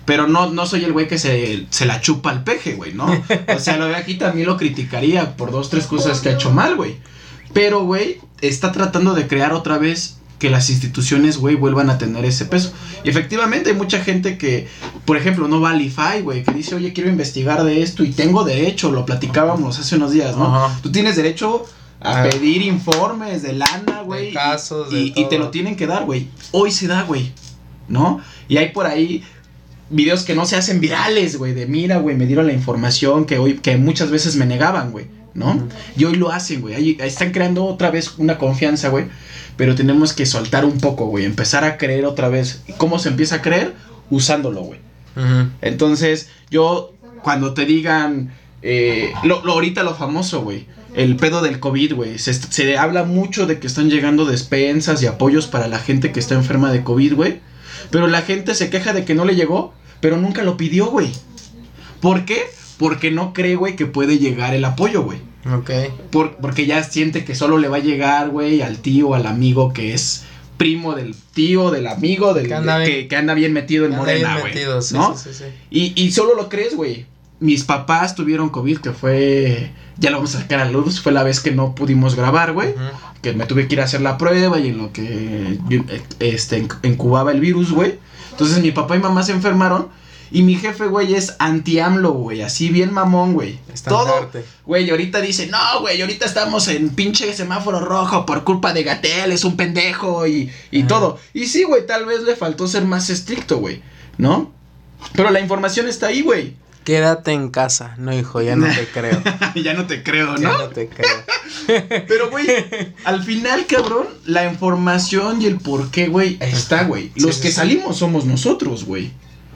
Pero no, no soy el güey que se, se la chupa al peje, güey, ¿no? O sea, lo de aquí también lo criticaría por dos, tres cosas que ha hecho mal, güey. Pero, güey, está tratando de crear otra vez que las instituciones, güey, vuelvan a tener ese peso. Y efectivamente hay mucha gente que, por ejemplo, no va al I F A I, güey, que dice, oye, quiero investigar de esto y tengo derecho, lo platicábamos hace unos días, ¿no? Ajá. Tú tienes derecho a ah. pedir informes de lana, güey. De casos, y, de y, todo. y te lo tienen que dar, güey. Hoy se da, güey, ¿no? Y hay por ahí videos que no se hacen virales, güey, de mira, güey, me dieron la información que hoy, que muchas veces me negaban, güey, ¿no? Uh-huh. Y hoy lo hacen, güey, ahí, ahí están creando otra vez una confianza, güey, pero tenemos que soltar un poco, güey, empezar a creer otra vez. ¿Cómo se empieza a creer? Usándolo, güey. Uh-huh. Entonces, yo, cuando te digan, eh, lo, lo ahorita lo famoso, güey, el pedo del COVID, güey, se, se habla mucho de que están llegando despensas y apoyos para la gente que está enferma de COVID, güey. Pero la gente se queja de que no le llegó, pero nunca lo pidió, güey. ¿Por qué? Porque no cree, güey, que puede llegar el apoyo, güey. Ok. Por, porque ya siente que solo le va a llegar, güey, al tío, al amigo que es primo del tío, del amigo, del que anda bien, que, que anda bien metido en Morena, güey. Sí, ¿no? Sí, sí, sí. Y, y solo lo crees, güey. Mis papás tuvieron COVID, que fue... Ya lo vamos a sacar a luz. Fue la vez que no pudimos grabar, güey. Uh-huh. Que me tuve que ir a hacer la prueba y en lo que este, incubaba el virus, güey. Entonces mi papá y mamá se enfermaron. Y mi jefe, güey, es anti-AMLO, güey. Así bien mamón, güey. Todo, güey, ahorita dice, no, güey, ahorita estamos en pinche semáforo rojo por culpa de Gatell, es un pendejo y, y uh-huh. todo. Y sí, güey, tal vez le faltó ser más estricto, güey, ¿no? Pero la información está ahí, güey. Quédate en casa. No, hijo, ya no te creo. Ya no te creo, ¿no? Ya no te creo. Pero, güey, al final, cabrón, la información y el por qué, güey, está, güey. Los sí, que sí, salimos sí. somos nosotros, güey.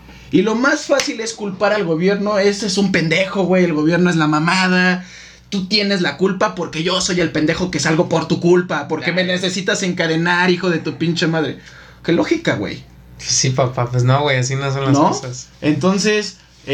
Y lo más fácil es culpar al gobierno. Ese es un pendejo, güey. El gobierno es la mamada. Tú tienes la culpa porque yo soy el pendejo que salgo por tu culpa. Porque me necesitas encadenar, hijo de tu pinche madre. Qué lógica, güey. Sí, papá, pues no, güey, así no son las ¿No? cosas. Entonces...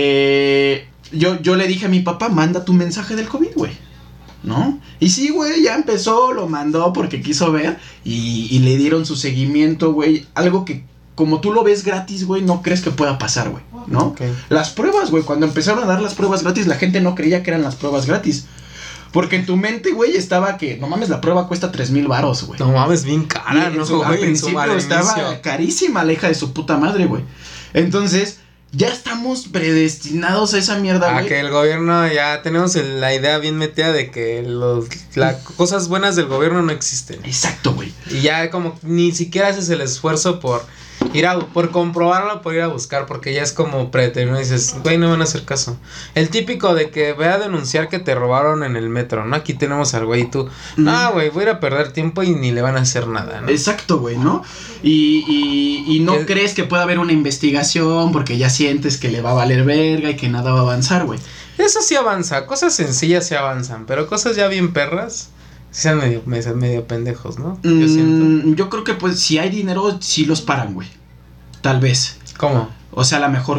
Eh, yo, yo le dije a mi papá, manda tu mensaje del COVID, güey, ¿no? Y sí, güey, ya empezó, lo mandó porque quiso ver y, y le dieron su seguimiento, güey. Algo que, como tú lo ves gratis, güey, no crees que pueda pasar, güey, ¿no? Okay. Las pruebas, güey, cuando empezaron a dar las pruebas gratis, la gente no creía que eran las pruebas gratis. Porque en tu mente, güey, estaba que, no mames, la prueba cuesta tres mil varos, güey. No mames, bien cara, ¿no? Su, al principio estaba carísima la hija de su puta madre, güey. Entonces... ya estamos predestinados a esa mierda, güey. A que el gobierno, ya tenemos el, la idea bien metida de que los las cosas buenas del gobierno no existen. Exacto, güey. Y ya como ni siquiera haces el esfuerzo por ir a, por comprobarlo, por ir a buscar, porque ya es como predeterminado y dices, güey, no van a hacer caso. El típico de que ve a denunciar que te robaron en el metro, ¿no? Aquí tenemos al güey y tú, mm. no, güey, voy a ir a perder tiempo y ni le van a hacer nada, ¿no? Exacto, güey, ¿no? Y, y, y no ¿Qué? crees que pueda haber una investigación porque ya sientes que le va a valer verga y que nada va a avanzar, güey. Eso sí avanza, cosas sencillas sí avanzan, pero cosas ya bien perras... sean medio, medio pendejos, ¿no? Mm, yo siento. Yo creo que pues si hay dinero, sí los paran, güey. Tal vez. ¿Cómo? O sea, a lo mejor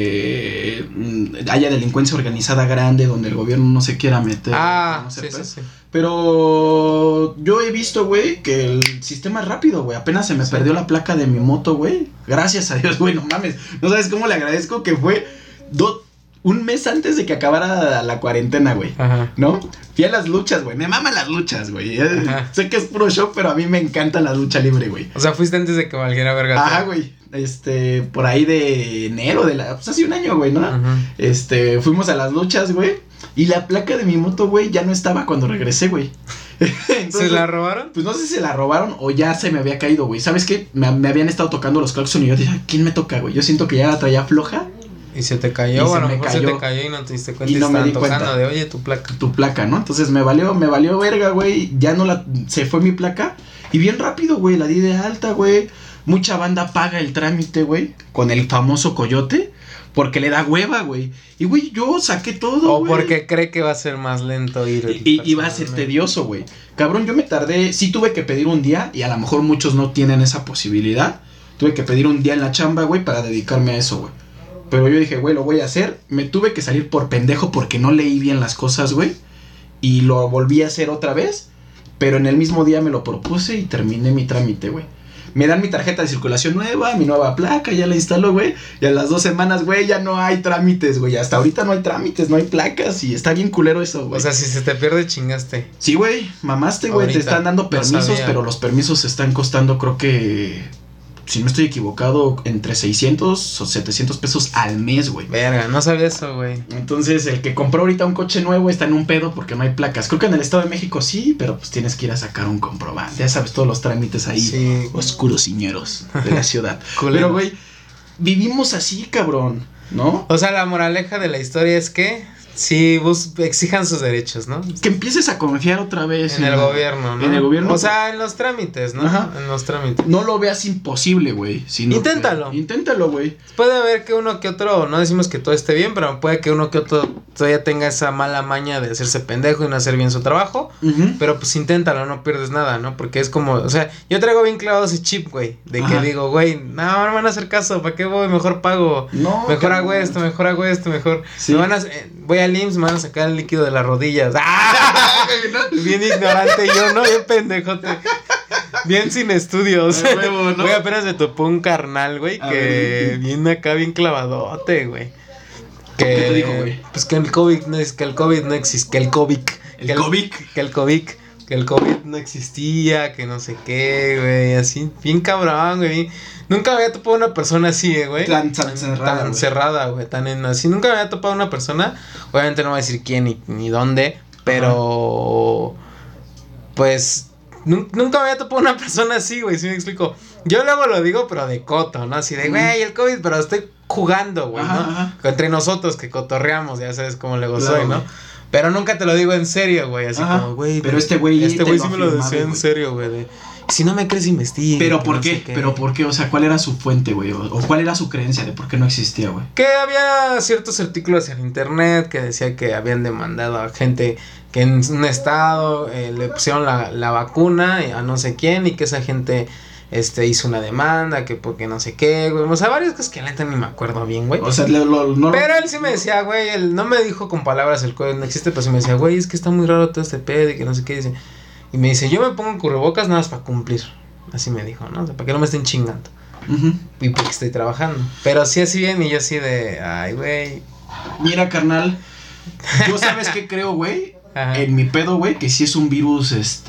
que mm, haya delincuencia organizada grande donde el gobierno no se quiera meter. Ah, no sé, sí, pues. sí, sí. Pero yo he visto, güey, que el sistema es rápido, güey. Apenas se me sí. perdió la placa de mi moto, güey. Gracias a Dios, güey, no mames. No sabes cómo le agradezco que fue do- un mes antes de que acabara la cuarentena, güey. Ajá. ¿No? Fui a las luchas, güey. Me maman las luchas, güey. Sé que es puro show, pero a mí me encanta la lucha libre, güey. O sea, fuiste antes de que valiera verga. Ajá, güey. Este, por ahí de enero de la... Pues hace un año, güey, ¿no? Ajá. Este, fuimos a las luchas, güey. Y la placa de mi moto, güey, ya no estaba cuando regresé, güey. Entonces, ¿se la robaron? Pues no sé si se la robaron o ya se me había caído, güey. ¿Sabes qué? Me, me habían estado tocando los claxon y yo dije, ¿quién me toca, güey? Yo siento que ya la traía floja. Y se te cayó, o a lo mejor se te cayó y no te diste cuenta y, y no me di tocando cuenta de, oye, tu placa. Tu placa, ¿no? Entonces me valió, me valió verga, güey. Ya no la, se fue mi placa. Y bien rápido, güey, la di de alta, güey. Mucha banda paga el trámite, güey, con el famoso coyote, porque le da hueva, güey. Y, güey, yo saqué todo, O güey. porque cree que va a ser más lento ir. Y, y va a ser tedioso, güey. Cabrón, yo me tardé, sí tuve que pedir un día, y a lo mejor muchos no tienen esa posibilidad. Tuve que pedir un día en la chamba, güey, para dedicarme a eso, güey. Pero yo dije, güey, lo voy a hacer. Me tuve que salir por pendejo porque no leí bien las cosas, güey. Y lo volví a hacer otra vez. Pero en el mismo día me lo propuse y terminé mi trámite, güey. Me dan mi tarjeta de circulación nueva, mi nueva placa, ya la instalo, güey. Y a las dos semanas, güey, ya no hay trámites, güey. Hasta ahorita no hay trámites, no hay placas. Y está bien culero eso, güey. O sea, si se te pierde, chingaste. Sí, güey, mamaste, güey. Te están dando permisos, no pero los permisos están costando, creo que... Si no estoy equivocado, entre seiscientos o setecientos pesos al mes, güey. Verga, no sabía eso, güey. Entonces, el que compró ahorita un coche nuevo está en un pedo porque no hay placas. Creo que en el Estado de México sí, pero pues tienes que ir a sacar un comprobante. Ya sabes, todos los trámites ahí, sí, oscuros y ñeros de la ciudad. Pero, güey, vivimos así, cabrón, ¿no? O sea, la moraleja de la historia es que... Sí, bus exijan sus derechos, ¿no? Que empieces a confiar otra vez en, en el la, gobierno, ¿no? En el gobierno. O sea, en los trámites, ¿no? Ajá. En los trámites. No lo veas imposible, güey. Inténtalo. Que, inténtalo, güey. Puede haber que uno que otro, no decimos que todo esté bien, pero puede que uno que otro todavía tenga esa mala maña de hacerse pendejo y no hacer bien su trabajo. Uh-huh. Pero pues inténtalo, no pierdes nada, ¿no? Porque es como, o sea, yo traigo bien clavado ese chip, güey. De Ajá. que digo, güey, no, no me van a hacer caso, ¿para qué voy? Mejor pago. No. Mejor hago esto, mejor hago esto, mejor. Sí. Me van a, eh, voy al I M S S, me van a sacar el líquido de las rodillas. ¡Ah! Bien ignorante yo, ¿no? Bien pendejote. Bien sin estudios. Huevo, ¿no? Güey, apenas me topó un carnal, güey, que ver, viene acá bien clavadote, güey. Que, ¿Qué te dijo, güey? Pues que el COVID no es, que el COVID no existe, que el COVID. ¿El que el, COVID? Que el COVID, que el COVID no existía, que no sé qué, güey, así, bien cabrón, güey. Nunca había topado una persona así, güey. Tan, tan cerrada. Tan cerrada, güey. Tan en así. Nunca había topado una persona. Obviamente no voy a decir quién ni, ni dónde. Pero. Ajá. Pues. Nu- nunca había topado una persona así, güey. ¿Sí me explico? Yo luego lo digo, pero de coto, ¿no? Así de, güey, el COVID, pero estoy jugando, güey, ¿no? Ajá. Entre nosotros que cotorreamos, ya sabes cómo luego claro, soy, ¿no? Wey. Pero nunca te lo digo en serio, güey. Así Ajá. como, güey. Pero este güey. Este güey sí me lo decía en serio, güey. De. Si no me crees, investiga. ¿Pero por no qué? Sé qué? ¿Pero por qué? O sea, ¿cuál era su fuente, güey? O, o cuál era su creencia de por qué no existía, güey. Que había ciertos artículos en internet que decía que habían demandado a gente que en un estado eh, le pusieron la, la vacuna a no sé quién y que esa gente este hizo una demanda, que porque no sé qué, güey. O sea, varias cosas que la neta ni me acuerdo bien, güey. O sea, lo, lo, no Pero él sí me decía, güey, él no me dijo con palabras el COVID no existe, pero sí me decía, güey, es que está muy raro todo este pedo y que no sé qué, dice. Y me dice, yo me pongo cubrebocas nada más para cumplir. Así me dijo, ¿no? O sea, para que no me estén chingando. Uh-huh. Y porque estoy trabajando. Pero sí así bien y yo así de, ay, güey. Mira, carnal, yo sabes qué creo, güey. En mi pedo, güey, que sí es un virus,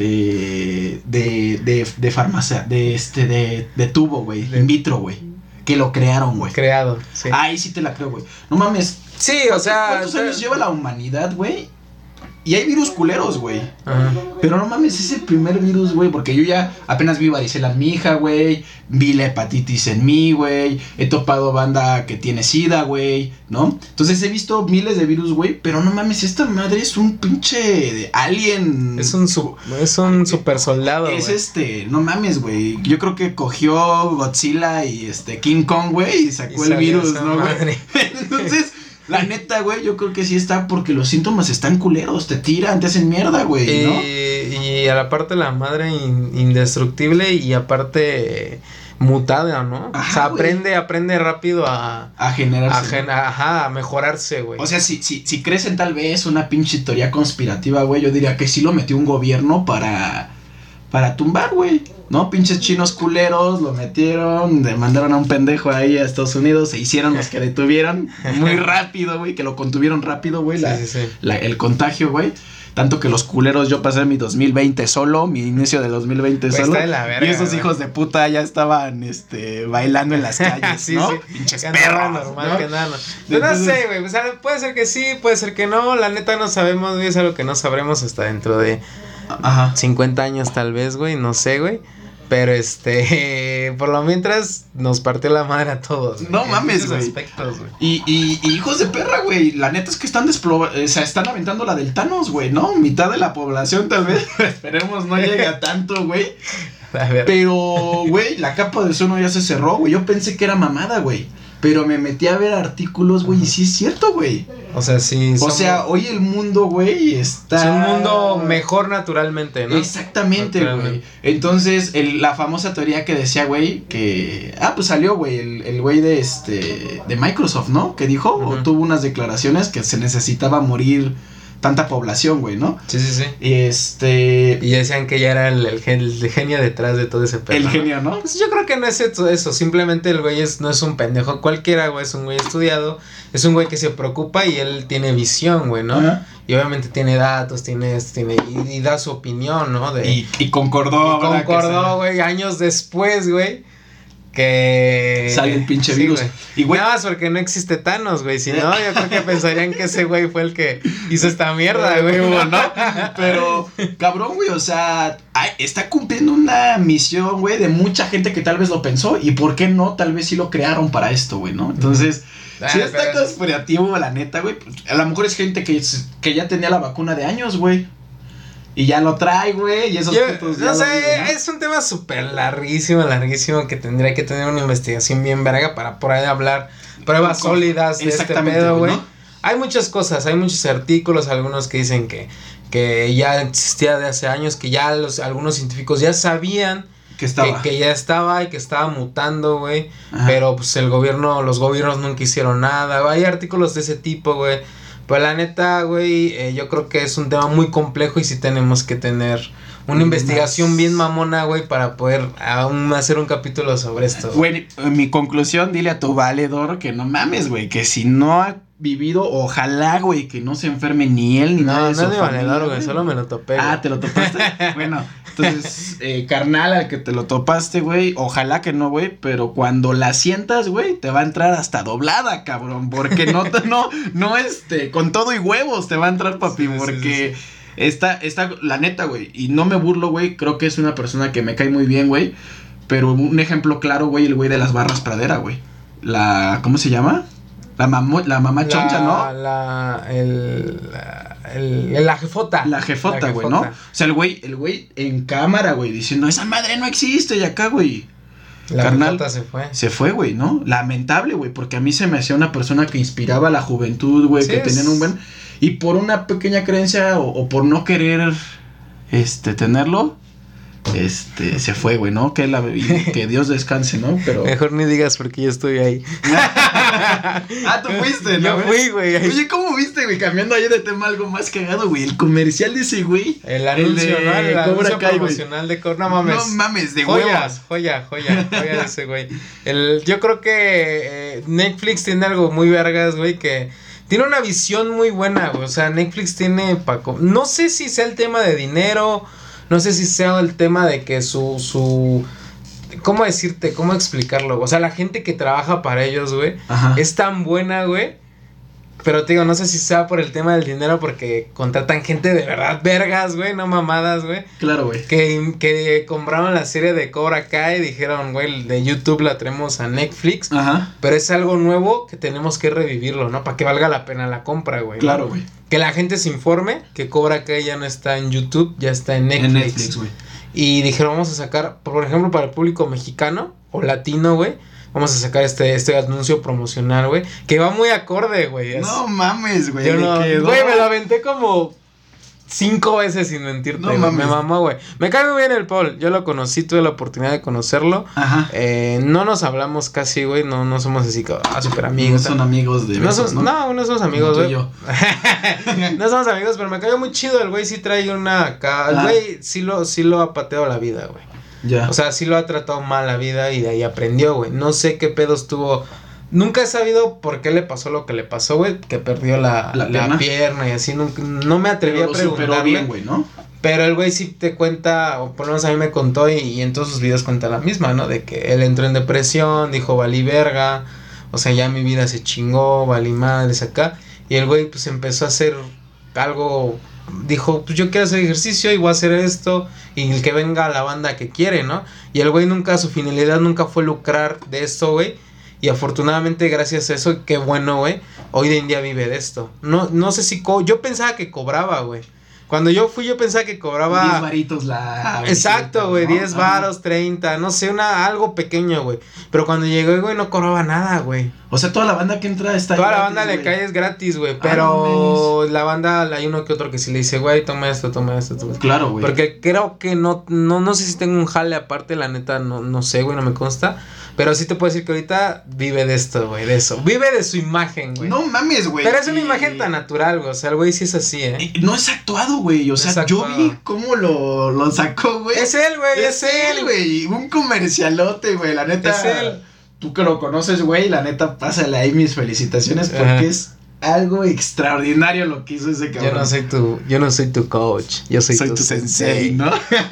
este, de, de, de farmacia, de, este, de, de tubo, güey, in vitro, güey. Que lo crearon, güey. Creado, sí. Ahí sí te la creo, güey. No mames. Sí, o sea. ¿Cuántos o sea, años lleva la humanidad, güey? Y hay virus culeros, güey. Ajá. Pero no mames, es el primer virus, güey. Porque yo ya apenas vi varicela en mi hija, güey. Vi la hepatitis en mí, güey. He topado banda que tiene sida, güey. ¿No? Entonces he visto miles de virus, güey. Pero no mames, esta madre es un pinche alien. Es un, su- es un super soldado, Es güey. este, no mames, güey. Yo creo que cogió Godzilla y este King Kong, güey. Y sacó y el virus, ¿no, güey? Entonces... La neta, güey, yo creo que sí está porque los síntomas están culeros, te tiran, te hacen mierda, güey, ¿no? Y, y a la parte la madre in, indestructible y aparte mutada, ¿no? Ajá, o sea, güey. aprende, aprende rápido a... A generarse. A gen, ajá, a mejorarse, güey. O sea, si, si, si crees en tal vez una pinche teoría conspirativa, güey, yo diría que sí lo metió un gobierno para... Para tumbar, güey, ¿no? Pinches chinos culeros, lo metieron, mandaron a un pendejo ahí a Estados Unidos, se hicieron los que detuvieron muy rápido, güey, que lo contuvieron rápido, güey, la, sí, sí, sí. la, el contagio, güey. Tanto que los culeros, yo pasé mi dos mil veinte solo, mi inicio de dos mil veinte pues solo. está de la verga, y esos güey. hijos de puta ya estaban, este, bailando en las calles, sí, ¿no? Sí. Pinches que perros, normal, ¿no? que nada, no. Pues no sé, güey, o sea, puede ser que sí, puede ser que no, la neta no sabemos, güey, es algo que no sabremos hasta dentro de... Ajá. cincuenta años tal vez, güey, no sé, güey. Pero este, por lo mientras nos partió la madre a todos. Güey, no mames, güey. Aspectos, güey. Y, y, y hijos de perra, güey. La neta es que están desplo- o sea, están aventando la del Thanos, güey, ¿no? Mitad de la población tal vez. Esperemos no llegue a tanto, güey. Pero, güey, la capa de ozono ya se cerró, güey. Yo pensé que era mamada, güey. Pero me metí a ver artículos, güey, y sí es cierto, güey. O sea, sí. O sea, hoy el mundo, güey, está... Es un mundo mejor naturalmente, ¿no? Exactamente, güey. Entonces, el, la famosa teoría que decía, güey, que... Ah, pues salió, güey, el, el güey de este... De Microsoft, ¿no? Que dijo, uh-huh. o tuvo unas declaraciones que se necesitaba morir tanta población, güey, ¿no? Sí, sí, sí. Y este... Y decían que ya era el, el, gen, el genio detrás de todo ese pedo. El genio, ¿no? Pues yo creo que no es eso, eso. Simplemente el güey es, no es un pendejo cualquiera, güey. Es un güey estudiado. Es un güey que se preocupa y él tiene visión, güey, ¿no? Ajá. Y obviamente tiene datos, tiene, tiene y, y da su opinión, ¿no? De, y, y concordó. Y concordó, güey, años después, güey. Que sale el pinche sí, virus. Güey. Y güey, nada más porque no existe Thanos, güey. Si no, yo creo que pensarían que ese güey fue el que hizo esta mierda, güey, ¿no? Pero, cabrón, güey, o sea, ay, está cumpliendo una misión, güey, de mucha gente que tal vez lo pensó. Y por qué no, tal vez sí lo crearon para esto, güey, ¿no? Entonces, ah, si está conspirativo, la neta, güey. A lo mejor es gente que, que ya tenía la vacuna de años, güey. Y ya lo trae, güey, y esos Yo, putos no sé, ¿no? Es un tema súper larguísimo, larguísimo, que tendría que tener una investigación bien verga para poder hablar pruebas Con, sólidas de este pedo, güey. ¿No? Hay muchas cosas, hay muchos artículos, algunos que dicen que, que ya existía de hace años, que ya los algunos científicos ya sabían que estaba, que, que ya estaba y que estaba mutando, güey, pero pues el gobierno, los gobiernos nunca hicieron nada, hay artículos de ese tipo, güey. Pues la neta, güey, eh, yo creo que es un tema muy complejo y sí tenemos que tener una investigación Más. bien mamona, güey, para poder aún hacer un capítulo sobre esto. Güey, mi conclusión, dile a tu valedor que no mames, güey, que si no ha vivido, ojalá, güey, que no se enferme ni él ni no, nada de no su es de valedor, güey, solo me lo topé. Ah, güey. ¿te lo topaste? Bueno, entonces, eh, carnal, al que te lo topaste, güey, ojalá que no, güey, pero cuando la sientas, güey, te va a entrar hasta doblada, cabrón, porque no, no, no, este, con todo y huevos te va a entrar, papi, sí, porque... Sí, sí, sí. Está, está, la neta, güey, y no me burlo, güey, creo que es una persona que me cae muy bien, güey, pero un ejemplo claro, güey, el güey de las barras Pradera, güey, la, ¿cómo se llama? La, mamo, la mamá la, choncha, ¿no? La, el, la, el, la jefota. La jefota, güey, ¿no? O sea, el güey, el güey en cámara, güey, diciendo, esa madre no existe, y acá, güey. La Carnal, jefota se fue. Se fue, güey, ¿no? Lamentable, güey, porque a mí se me hacía una persona que inspiraba a la juventud, güey, sí, que es... tenían un buen... Y por una pequeña creencia o, o por no querer, este, tenerlo... Este, se fue, güey, ¿no? Que, la, que Dios descanse, ¿no? Pero... Mejor ni digas porque yo estoy ahí. Ah, tú fuiste, ¿no? Yo fui, güey. Oye, ¿cómo viste, güey? Cambiando ahí de tema algo más cagado, güey. El comercial de ese, güey. El anuncio, el ¿no? El anuncio promocional de Cobra. No mames. No mames, de joyas, huevos. Joya, joya, joya de ese, güey. El, yo creo que eh, Netflix tiene algo muy vergas, güey, que... Tiene una visión muy buena, güey. O sea, Netflix tiene... Paco... No sé si sea el tema de dinero... No sé si sea el tema de que su, su, ¿cómo decirte? ¿Cómo explicarlo? O sea, la gente que trabaja para ellos, güey, es tan buena, güey. Pero te digo, no sé si sea por el tema del dinero, porque contratan gente de verdad vergas, güey, no mamadas, güey. Claro, güey. Que, que compraron la serie de Cobra Kai y dijeron, güey, de YouTube la traemos a Netflix. Ajá. Pero es algo nuevo que tenemos que revivirlo, ¿no? Para que valga la pena la compra, güey. Claro, güey. ¿no? Que la gente se informe que Cobra Kai ya no está en YouTube, ya está en Netflix. En Netflix, güey. Y dijeron, vamos a sacar, por ejemplo, para el público mexicano o latino, güey. Vamos a sacar este, este anuncio promocional, güey. Que va muy acorde, güey. No mames, güey. Yo no, güey, me lo aventé como cinco veces sin mentirte. No mames. Me mamó, güey. Me cae muy bien el Paul. Yo lo conocí, tuve la oportunidad de conocerlo. Ajá. Eh, no nos hablamos casi, güey. No, no somos así como, ah, súper amigos. No son amigos de besos, no, son, ¿no? no, no somos amigos, güey. Yo. No somos amigos, pero me cayó muy chido. El güey sí trae una acá. El güey sí lo, sí lo ha pateado la vida, güey. Ya. O sea, sí lo ha tratado mal la vida y de ahí aprendió, güey. No sé qué pedos tuvo. Nunca he sabido por qué le pasó lo que le pasó, güey. Que perdió la, la, la pierna. pierna y así. No, no me atreví pero a preguntarle. Bien, güey, ¿no? Pero el güey sí te cuenta, o por lo menos a mí me contó, y, y en todos sus videos cuenta la misma, ¿no? De que él entró en depresión, dijo, valí verga. O sea, ya mi vida se chingó, valí madres acá. Y el güey pues empezó a hacer algo... Dijo, pues yo quiero hacer ejercicio y voy a hacer esto. Y el que venga la banda que quiere, ¿no? Y el güey nunca, su finalidad nunca fue lucrar de esto, güey. Y afortunadamente gracias a eso, qué bueno, güey. Hoy en día vive de esto. No, no sé si, co- yo pensaba que cobraba, güey. Cuando yo fui, yo pensaba que cobraba... diez varitos la... Exacto, güey, ¿no? diez varos, treinta, no sé, una, algo pequeño, güey. Pero cuando llegué, güey, no cobraba nada, güey. O sea, toda la banda que entra está Toda gratis, la banda güey. le cae es gratis, güey, Ah, pero no, la banda, hay uno que otro que sí le dice, güey, toma esto, toma esto, toma esto. Claro, güey. Porque creo que no, no, no sé si tengo un jale aparte, la neta, no, no sé, güey, no me consta. Pero sí te puedo decir que ahorita vive de esto, güey, de eso. Vive de su imagen, güey. No mames, güey. Pero es una y... imagen tan natural, güey. O sea, el güey sí es así, ¿eh? Y no es actuado, güey. O sea, yo vi cómo lo, lo sacó, güey. Es él, güey. Es, es él, güey. Un comercialote, güey. La neta. Es él. Tú que lo conoces, güey. La neta, pásale ahí mis felicitaciones porque Ajá. es algo extraordinario lo que hizo ese cabrón. Yo no soy tu, yo no soy tu coach. Yo soy, soy tu, tu sensei, sensei, ¿no?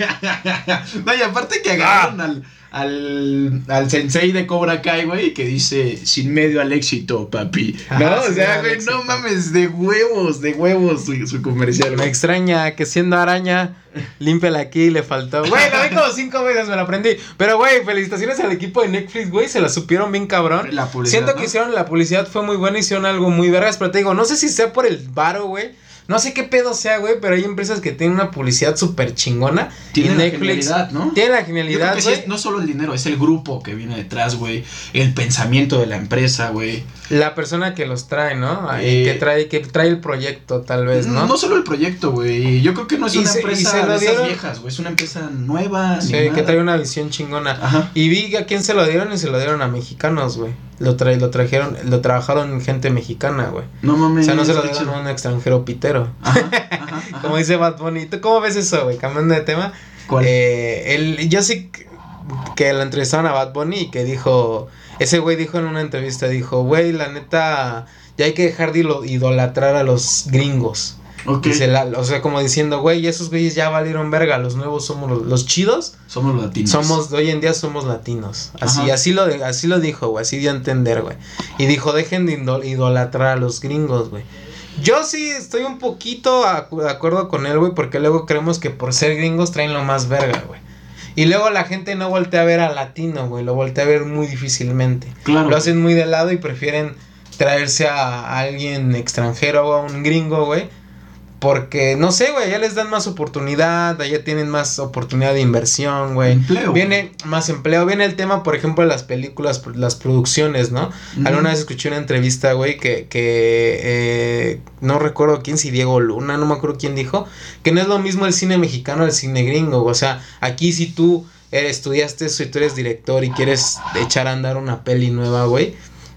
No, y aparte que agarraron ah. al. Al, al sensei de Cobra Kai, güey, que dice, sin medio al éxito, papi. Ajá, no, o sea, güey, no mames, de huevos, de huevos su, su comercial. Me güey. extraña que siendo araña, límpiala aquí, le faltó. Güey, lo vi como cinco veces, me lo aprendí. Pero, güey, felicitaciones al equipo de Netflix, güey, se la supieron bien cabrón. La publicidad, Siento ¿no? que hicieron, la publicidad fue muy buena, hicieron algo muy vergas, pero te digo, no sé si sea por el varo, güey. No sé qué pedo sea, güey, pero hay empresas que tienen una publicidad súper chingona. Tienen la genialidad, ¿no? Tiene la genialidad, güey. Sí, no solo el dinero, es el grupo que viene detrás, güey. El pensamiento de la empresa, güey. La persona que los trae, ¿no? Eh, que trae que trae el proyecto, tal vez, ¿no? No solo el proyecto, güey. Yo creo que no es una se, empresa de esas viejas, güey. Es una empresa nueva. Sí, que trae una visión chingona. Ajá. Y vi a quién se lo dieron y se lo dieron a mexicanos, güey. Lo trae, lo trajeron, lo trabajaron gente mexicana, güey. No mames. O sea, no se lo dieron a un extranjero pitero. Ajá, ajá, ajá. Como dice Bad Bunny. ¿Tú cómo ves eso, güey? Cambiando de tema. ¿Cuál? Eh, el, yo sí que lo entrevistaron a Bad Bunny y que dijo, ese güey dijo en una entrevista, dijo, güey, la neta, ya hay que dejar de idolatrar a los gringos. Okay. Dice la, o sea, como diciendo, güey, esos güeyes ya valieron verga, los nuevos somos los, los chidos. Somos los latinos. Somos, hoy en día somos latinos. Así, Ajá. así lo así lo dijo, güey, así dio a entender, güey. Y dijo, dejen de idolatrar a los gringos, güey. Yo sí estoy un poquito a, de acuerdo con él, güey, porque luego creemos que por ser gringos traen lo más verga, güey. Y luego la gente no voltea a ver al latino, güey, lo voltea a ver muy difícilmente. Claro. Lo hacen muy de lado y prefieren traerse a, a alguien extranjero o a un gringo, güey. Porque, no sé, güey, allá les dan más oportunidad, allá tienen más oportunidad de inversión, güey. Empleo. Viene más empleo, viene el tema, por ejemplo, de las películas, las producciones, ¿no? Uh-huh. Alguna vez escuché una entrevista, güey, que, que eh, no recuerdo quién, si Diego Luna, no me acuerdo quién dijo, que no es lo mismo el cine mexicano al cine gringo, o sea, aquí si tú eres, estudiaste eso y tú eres director y quieres echar a andar una peli nueva, güey,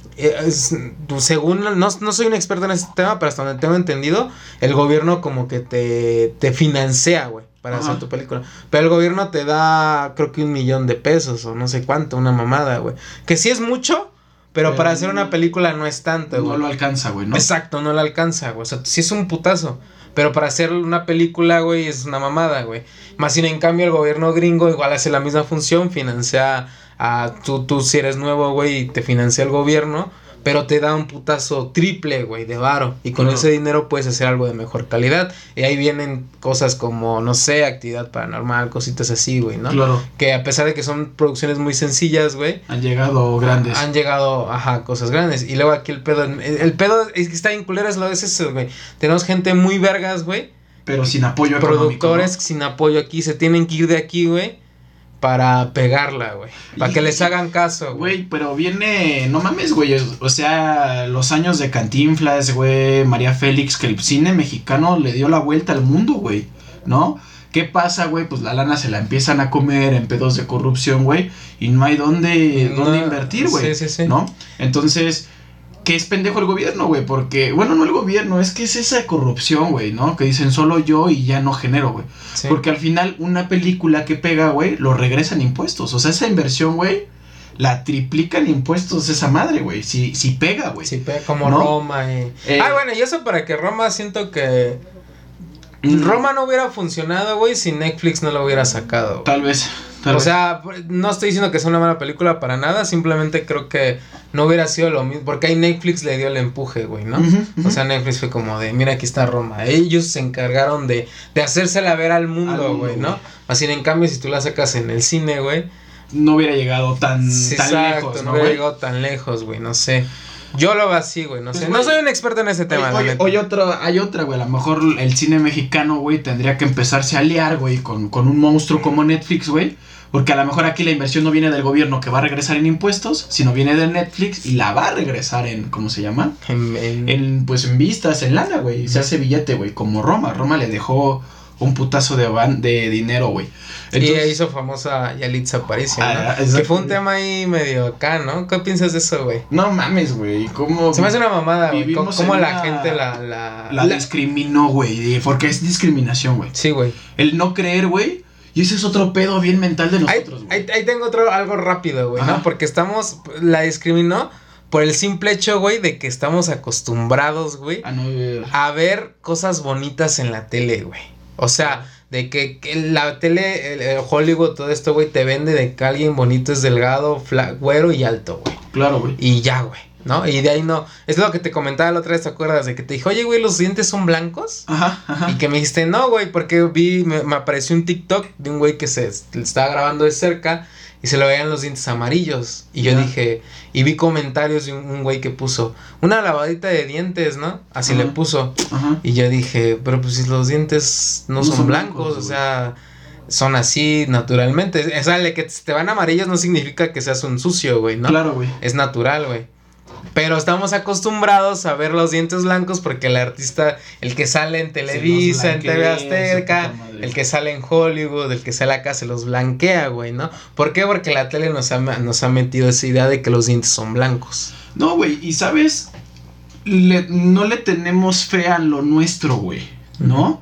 Es, según, no, no soy un experto en este tema, pero hasta donde tengo entendido, el gobierno como que te, te financia, güey, para Ajá. hacer tu película. Pero el gobierno te da, creo que un millón de pesos o no sé cuánto, una mamada, güey. Que sí es mucho, pero, pero para hacer una película no es tanto, güey. No lo alcanza, güey, ¿no? Exacto, no lo alcanza, güey. O sea, sí es un putazo. Pero para hacer una película, güey, es una mamada, güey. Más sin en cambio el gobierno gringo igual hace la misma función, financia a tú, tú si eres nuevo, güey, y te financia el gobierno, pero te da un putazo triple, güey, de varo. Y con claro. ese dinero puedes hacer algo de mejor calidad. Y ahí vienen cosas como, no sé, actividad paranormal, cositas así, güey, ¿no? Claro. Que a pesar de que son producciones muy sencillas, güey. Han llegado grandes. Han llegado, ajá, cosas grandes. Y luego aquí el pedo, el, el pedo es que está bien culero, es lo de eso, güey. Tenemos gente muy vergas, güey. Pero sin apoyo Productores ¿no? sin apoyo aquí, se tienen que ir de aquí, güey. Para pegarla, güey. Para que les hagan caso, güey. Güey, pero viene... No mames, güey. O sea, los años de Cantinflas, güey. María Félix, que el cine mexicano le dio la vuelta al mundo, güey. ¿No? ¿Qué pasa, güey? Pues la lana se la empiezan a comer en pedos de corrupción, güey. Y no hay dónde, no, dónde invertir, güey. Sí, sí, sí. ¿No? Entonces... que es pendejo el gobierno, güey, porque, bueno, no el gobierno, es que es esa corrupción, güey, ¿no? Que dicen solo yo y ya no genero, güey. Sí. Porque al final una película que pega, güey, lo regresan impuestos. O sea, esa inversión, güey, la triplican impuestos esa madre, güey. Si, si pega, güey. Si pega, como ¿no? Roma y... Eh, ah, bueno, y eso para que Roma siento que... Mm. Roma no hubiera funcionado, güey, si Netflix no lo hubiera sacado. Güey. Tal vez. Tal o vez. sea, no estoy diciendo que sea una mala película para nada, simplemente creo que no hubiera sido lo mismo, porque ahí Netflix le dio el empuje, güey, ¿no? Uh-huh, uh-huh. O sea, Netflix fue como de, mira, aquí está Roma. Ellos se encargaron de, de hacérsela ver al mundo, güey, ¿no? Así en cambio, si tú la sacas en el cine, güey, no hubiera llegado tan, sí, tan exacto, lejos, ¿no? No hubiera llegado tan lejos, güey, no sé. Yo lo veo así, güey, no Pues, sé. güey, No soy un experto en ese tema, la Oye, neta. oye, otra, hay otra, güey. A lo mejor el cine mexicano, güey, tendría que empezarse a aliar, güey, con, con un monstruo como Netflix, güey. Porque a lo mejor aquí la inversión no viene del gobierno que va a regresar en impuestos, sino viene de Netflix y la va a regresar en, ¿cómo se llama? En, en- En, pues en vistas, en lana, güey. Se hace billete, güey, como Roma. Roma le dejó un putazo de, van, de dinero, güey. y hizo famosa Yalitza Aparicio, ¿no? Ah, Que exacto. fue un tema ahí medio acá, ¿no? ¿Qué piensas de eso, güey? No mames, güey, ¿cómo? Se me hace una mamada, güey. ¿Cómo, Vivimos cómo en la una- gente la... La, La discriminó, güey, porque es discriminación, güey. Sí, güey. El no creer, güey. Y ese es otro pedo bien mental de Ahí, nosotros, güey. ahí, ahí tengo otro, algo rápido, güey, Ajá. ¿no? Porque estamos... La discriminó por el simple hecho, güey, de que estamos acostumbrados, güey, A no ver. a ver cosas bonitas en la tele, güey. O sea, de que, que la tele, el, el Hollywood, todo esto, güey, te vende de que alguien bonito es delgado, fla- güero y alto, güey. Claro, güey. Y ya, güey, ¿no? Y de ahí no. Es lo que te comentaba la otra vez, ¿te acuerdas? De que te dije, oye, güey, ¿los dientes son blancos? Ajá, ajá. Y que me dijiste, no, güey, porque vi, me, me apareció un TikTok de un güey que se le estaba grabando de cerca y se le veían los dientes amarillos. Y yo Ya. dije, y vi comentarios de un, un güey que puso, una lavadita de dientes, ¿no? Así Ajá. le puso. Ajá. Y yo dije, pero pues si los dientes no, No son, son blancos, blancos, o güey. sea, son así naturalmente. O sea, el que te van amarillos no significa que seas un sucio, güey, ¿no? Claro, güey. Es natural, güey. Pero estamos acostumbrados a ver los dientes blancos porque el artista, el que sale en Televisa, en T V blanquea, Azteca, su puta madre. el que sale en Hollywood, el que sale acá, se los blanquea, güey, ¿no? ¿Por qué? Porque la tele nos ha, nos ha metido esa idea de que los dientes son blancos. No, güey, y sabes, le- no le tenemos fe a lo nuestro, güey, ¿no?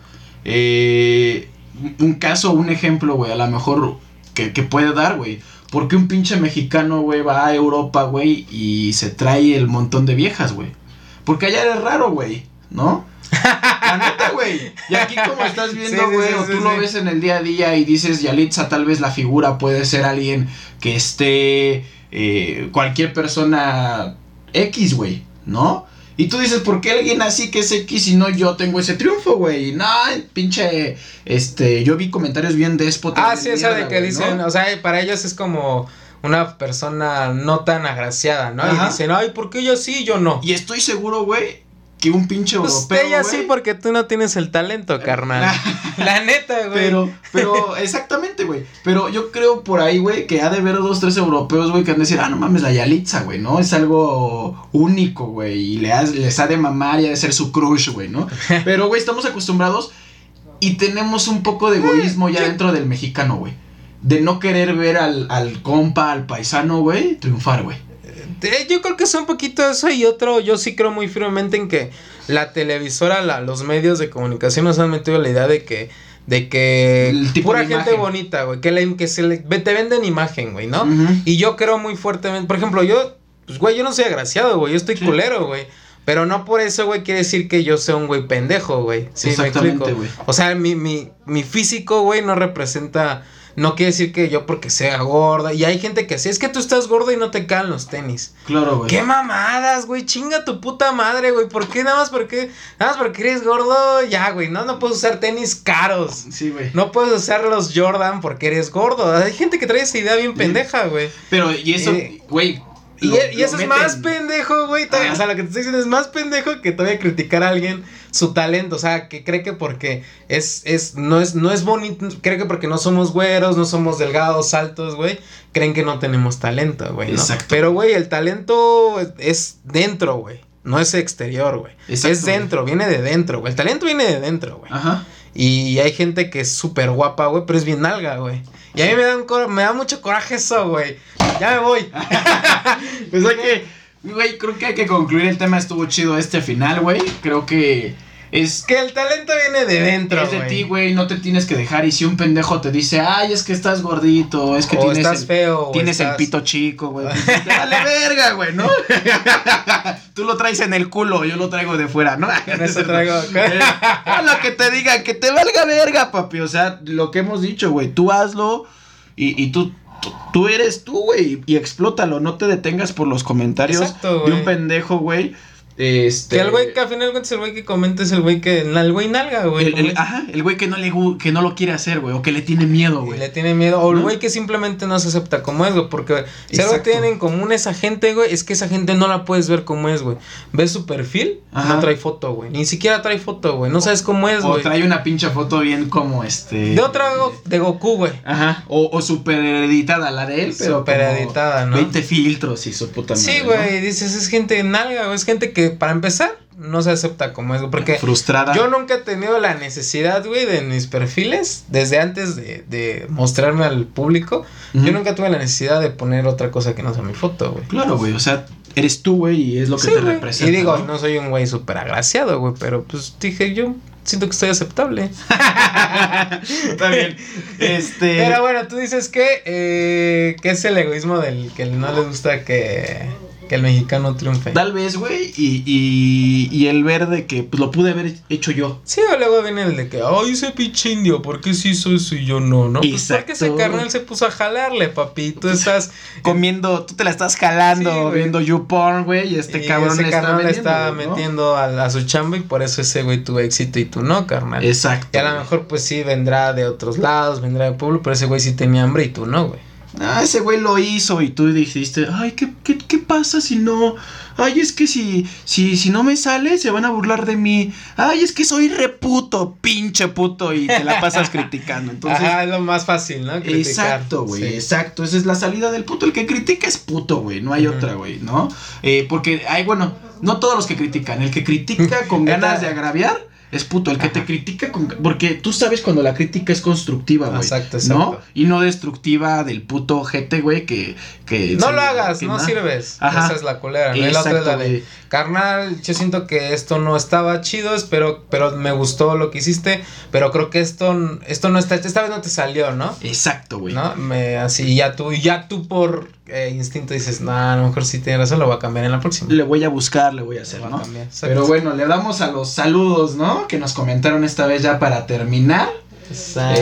Eh, un caso, un ejemplo, güey, a lo mejor que, que puede dar, güey. ¿Por qué un pinche mexicano, güey, va a Europa, güey, y se trae el montón de viejas, güey? Porque allá es raro, güey, ¿no? La neta, güey. Y aquí como estás Sí, viendo, sí, güey, sí, o sí, tú sí. lo ves en el día a día y dices, Yalitza, tal vez la figura puede ser alguien que esté, eh, cualquier persona X, güey, ¿no? Y tú dices, ¿por qué alguien así que es X y no yo tengo ese triunfo, güey? No, pinche, este, yo vi comentarios bien déspotas. Ah, sí, esa de mierda, que güey, dicen, ¿no? o sea, para ellos es como una persona no tan agraciada, ¿no? Ajá. Y dicen, ay, ¿por qué yo sí y yo no? Y estoy seguro, güey, que un pinche Pues europeo, ella güey, sí porque tú no tienes el talento, carnal. La neta, güey. Pero, pero, exactamente, güey. Pero yo creo por ahí, güey, que ha de haber dos, tres europeos, güey, que han de decir, ah, no mames, la Yalitza, güey, ¿no? Es algo único, güey, y le has- les ha de mamar y ha de ser su crush, güey, ¿no? Pero, güey, estamos acostumbrados y tenemos un poco de egoísmo ya dentro del mexicano, güey. De no querer ver al, al compa, al paisano, güey, triunfar, güey. Eh, Yo creo que es un poquito eso y otro, yo sí creo muy firmemente en que la televisora, la, los medios de comunicación nos han metido la idea de que, de que El tipo pura de gente imagen. bonita, güey, que, la, que se le, ve- te venden imagen, güey, ¿no? Ujú. Y yo creo muy fuertemente, por ejemplo, yo, pues, güey, yo no soy agraciado, güey, yo estoy Sí. culero, güey. Pero no por eso, güey, quiere decir que yo sea un güey pendejo, güey. Sí, me Exactamente, explico. güey. O sea, mi, mi, mi físico, güey, no representa. No quiere decir que yo porque sea gorda. Y hay gente que sí, es que tú estás gordo y no te caen los tenis. Claro, güey. ¡Qué mamadas, güey! Chinga tu puta madre, güey. ¿Por qué? Nada más porque. Nada más porque eres gordo, ya, güey. No, no puedes usar tenis caros. Sí, güey. No puedes usar los Jordan porque eres gordo. Hay gente que trae esa idea bien pendeja, güey. Pero, y eso, Eh, güey. Y, lo- y lo eso es meten- más pendejo, güey. todavía, Ah. O sea, lo que te estoy diciendo es más pendejo que todavía criticar a alguien su talento. O sea, que cree que porque es, es, no es, no es bonito, cree que porque no somos güeros, no somos delgados, altos, güey, creen que no tenemos talento, güey, ¿no? Exacto. Pero, güey, el talento es, es dentro, güey. No es exterior, güey. Exacto, Es dentro, viene de dentro, güey. El talento viene de dentro, güey. Ajá. Y hay gente que es súper guapa, güey, pero es bien nalga, güey. Y a mí me da, un cor- me da mucho coraje eso, güey. Ya me voy. Pues hay que, güey, creo que hay que concluir el tema. Estuvo chido este final, güey. Creo que es Que el talento viene de dentro, es de güey. ti, güey. No te tienes que dejar. Y si un pendejo te dice, ay, es que estás gordito, es que O tienes, estás el, feo, o tienes estás- el pito chico, güey. Pues, te vale verga, güey, ¿no? Tú lo traes en el culo, yo lo traigo de fuera, ¿no? Con eso traigo. Eh, a lo que te digan, que te valga verga, papi. O sea, lo que hemos dicho, güey. Tú hazlo y, y tú, tú, tú eres tú, güey. Y explótalo. No te detengas por los comentarios Exacto, de güey. un pendejo, güey. Este... Que el güey que al final es el güey que comenta es el güey que... El güey nalga, güey. El, el, ajá, el güey que no le que no lo quiere hacer, güey. O que le tiene miedo, güey. Le tiene miedo. O el güey ¿no? que simplemente no se acepta como es, güey. Porque si algo tienen en común esa gente, güey, es que esa gente no la puedes ver como es, güey. Ves su perfil, ajá. no trae foto, güey. Ni siquiera trae foto, güey. No sabes cómo es, güey. O trae una pinche foto bien como este... De otra, de Goku, güey. Ajá. O, o super editada, la de él, pero super editada, ¿no? veinte filtros y su puta madre. Sí, güey. ¿no? Dices, es gente nalga, güey. Es gente que, para empezar, no se acepta como es, güey. Porque frustrada. Yo nunca he tenido la necesidad, güey, de mis perfiles, desde antes de, de mostrarme al público, uh-huh. yo nunca tuve la necesidad de poner otra cosa que no sea mi foto, güey. Claro, güey, o sea, eres tú, güey, y es lo que sí, te güey. representa. Y digo, no, no soy un güey súper agraciado, güey, pero pues dije, yo siento que estoy aceptable. Está bien. Este... Pero bueno, tú dices que, eh, que es el egoísmo del que no le gusta que... Que el mexicano triunfe. Tal vez, güey, y, y, y el ver de que pues, lo pude haber hecho yo. Sí, o luego viene el de que, ay, ese pinche indio, ¿por qué sí hizo eso y yo no? ¿No? Pues porque ese carnal se puso a jalarle, papi. Tú estás comiendo, tú te la estás jalando, sí, viendo YouPorn, güey, y este y cabrón ese le carnal está, le está ¿no? metiendo a, a su chamba y por eso ese güey tuvo éxito y tú no, carnal. Exacto. Y a lo mejor, pues sí, vendrá de otros lados, vendrá del pueblo, pero ese güey sí tenía hambre y tú no, güey. Ah, ese güey lo hizo y tú dijiste, ay, ¿qué, qué, qué pasa si no? Ay, es que si, si, si no me sale, se van a burlar de mí. Ay, es que soy reputo, pinche puto, y te la pasas criticando. Entonces, ajá, es lo más fácil, ¿no? Criticar. Exacto, güey, sí. exacto. Esa es la salida del puto. El que critica es puto, güey, no hay uh-huh. otra, güey, ¿no? Eh, porque hay, bueno, no todos los que critican. El que critica con ganas de agraviar es puto, el que Ajá. te critica con... Porque tú sabes cuando la crítica es constructiva, güey. Exacto, exacto. ¿No? Y no destructiva del puto ojete, güey, que... que no lo hagas, no na... sirves. Ajá. Esa es la culera, ¿no? Exacto, la otra es la de... Carnal, yo siento que esto no estaba chido, espero, pero me gustó lo que hiciste, pero creo que esto, esto no está... Esta vez no te salió, ¿no? Exacto, güey. ¿No? Me, así, ya tú, ya tú por... Eh, instinto dices, no, nah, a lo mejor sí tiene razón, lo voy a cambiar en la próxima. Le voy a buscar, le voy a hacer, ¿no? Pero bueno, le damos a los saludos, ¿no? Que nos comentaron esta vez ya para terminar. Exacto.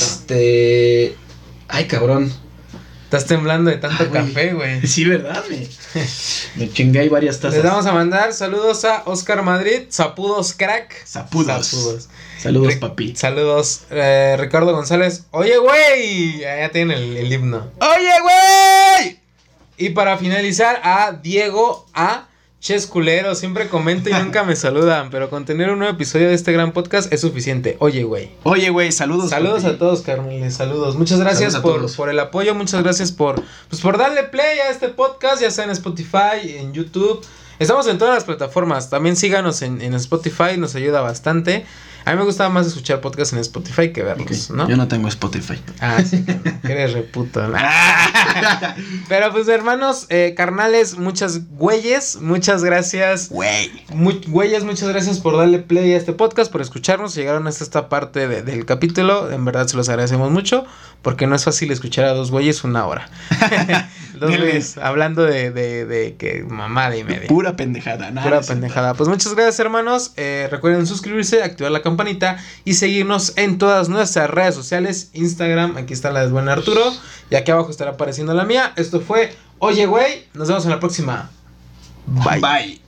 Este... Ay, cabrón. Estás temblando de tanto Ay, café, güey. Sí, ¿verdad? Me, me chingué ahí varias tazas. Les vamos a mandar saludos a Oscar Madrid, Sapudos Crack. Sapudos. Sapudos. Saludos, Re- papi. Saludos, eh, Ricardo González. Oye, güey. Ya tienen el, el himno. Oye, güey. Y para finalizar, a Diego A. Ches culero, siempre comento y nunca me saludan, pero con tener un nuevo episodio de este gran podcast es suficiente. Oye, güey. Oye, güey, saludos. Saludos papi. A todos, carnales, saludos. Muchas gracias por, por el apoyo, muchas gracias por, pues, por darle play a este podcast, ya sea en Spotify, en YouTube. Estamos en todas las plataformas, también síganos en, en Spotify, nos ayuda bastante. A mí me gusta más escuchar podcasts en Spotify que verlos, okay. ¿no? Yo no tengo Spotify. Ah, sí, que eres reputo, ¿no? Pero pues, hermanos, eh, carnales, muchas güeyes, muchas gracias. Güey. Muy, güeyes, muchas gracias por darle play a este podcast, por escucharnos. Llegaron hasta esta parte de, del capítulo. En verdad se los agradecemos mucho, porque no es fácil escuchar a dos güeyes una hora. Dos güeyes hablando de, de, de que mamada y media. Pura pendejada, nada. Pura pendejada. Pues muchas gracias, hermanos. Eh, recuerden suscribirse, activar la campanita y seguirnos en todas nuestras redes sociales. Instagram, aquí está la de Buen Arturo. Y aquí abajo estará apareciendo la mía. Esto fue Oye, güey. Nos vemos en la próxima. Bye. Bye.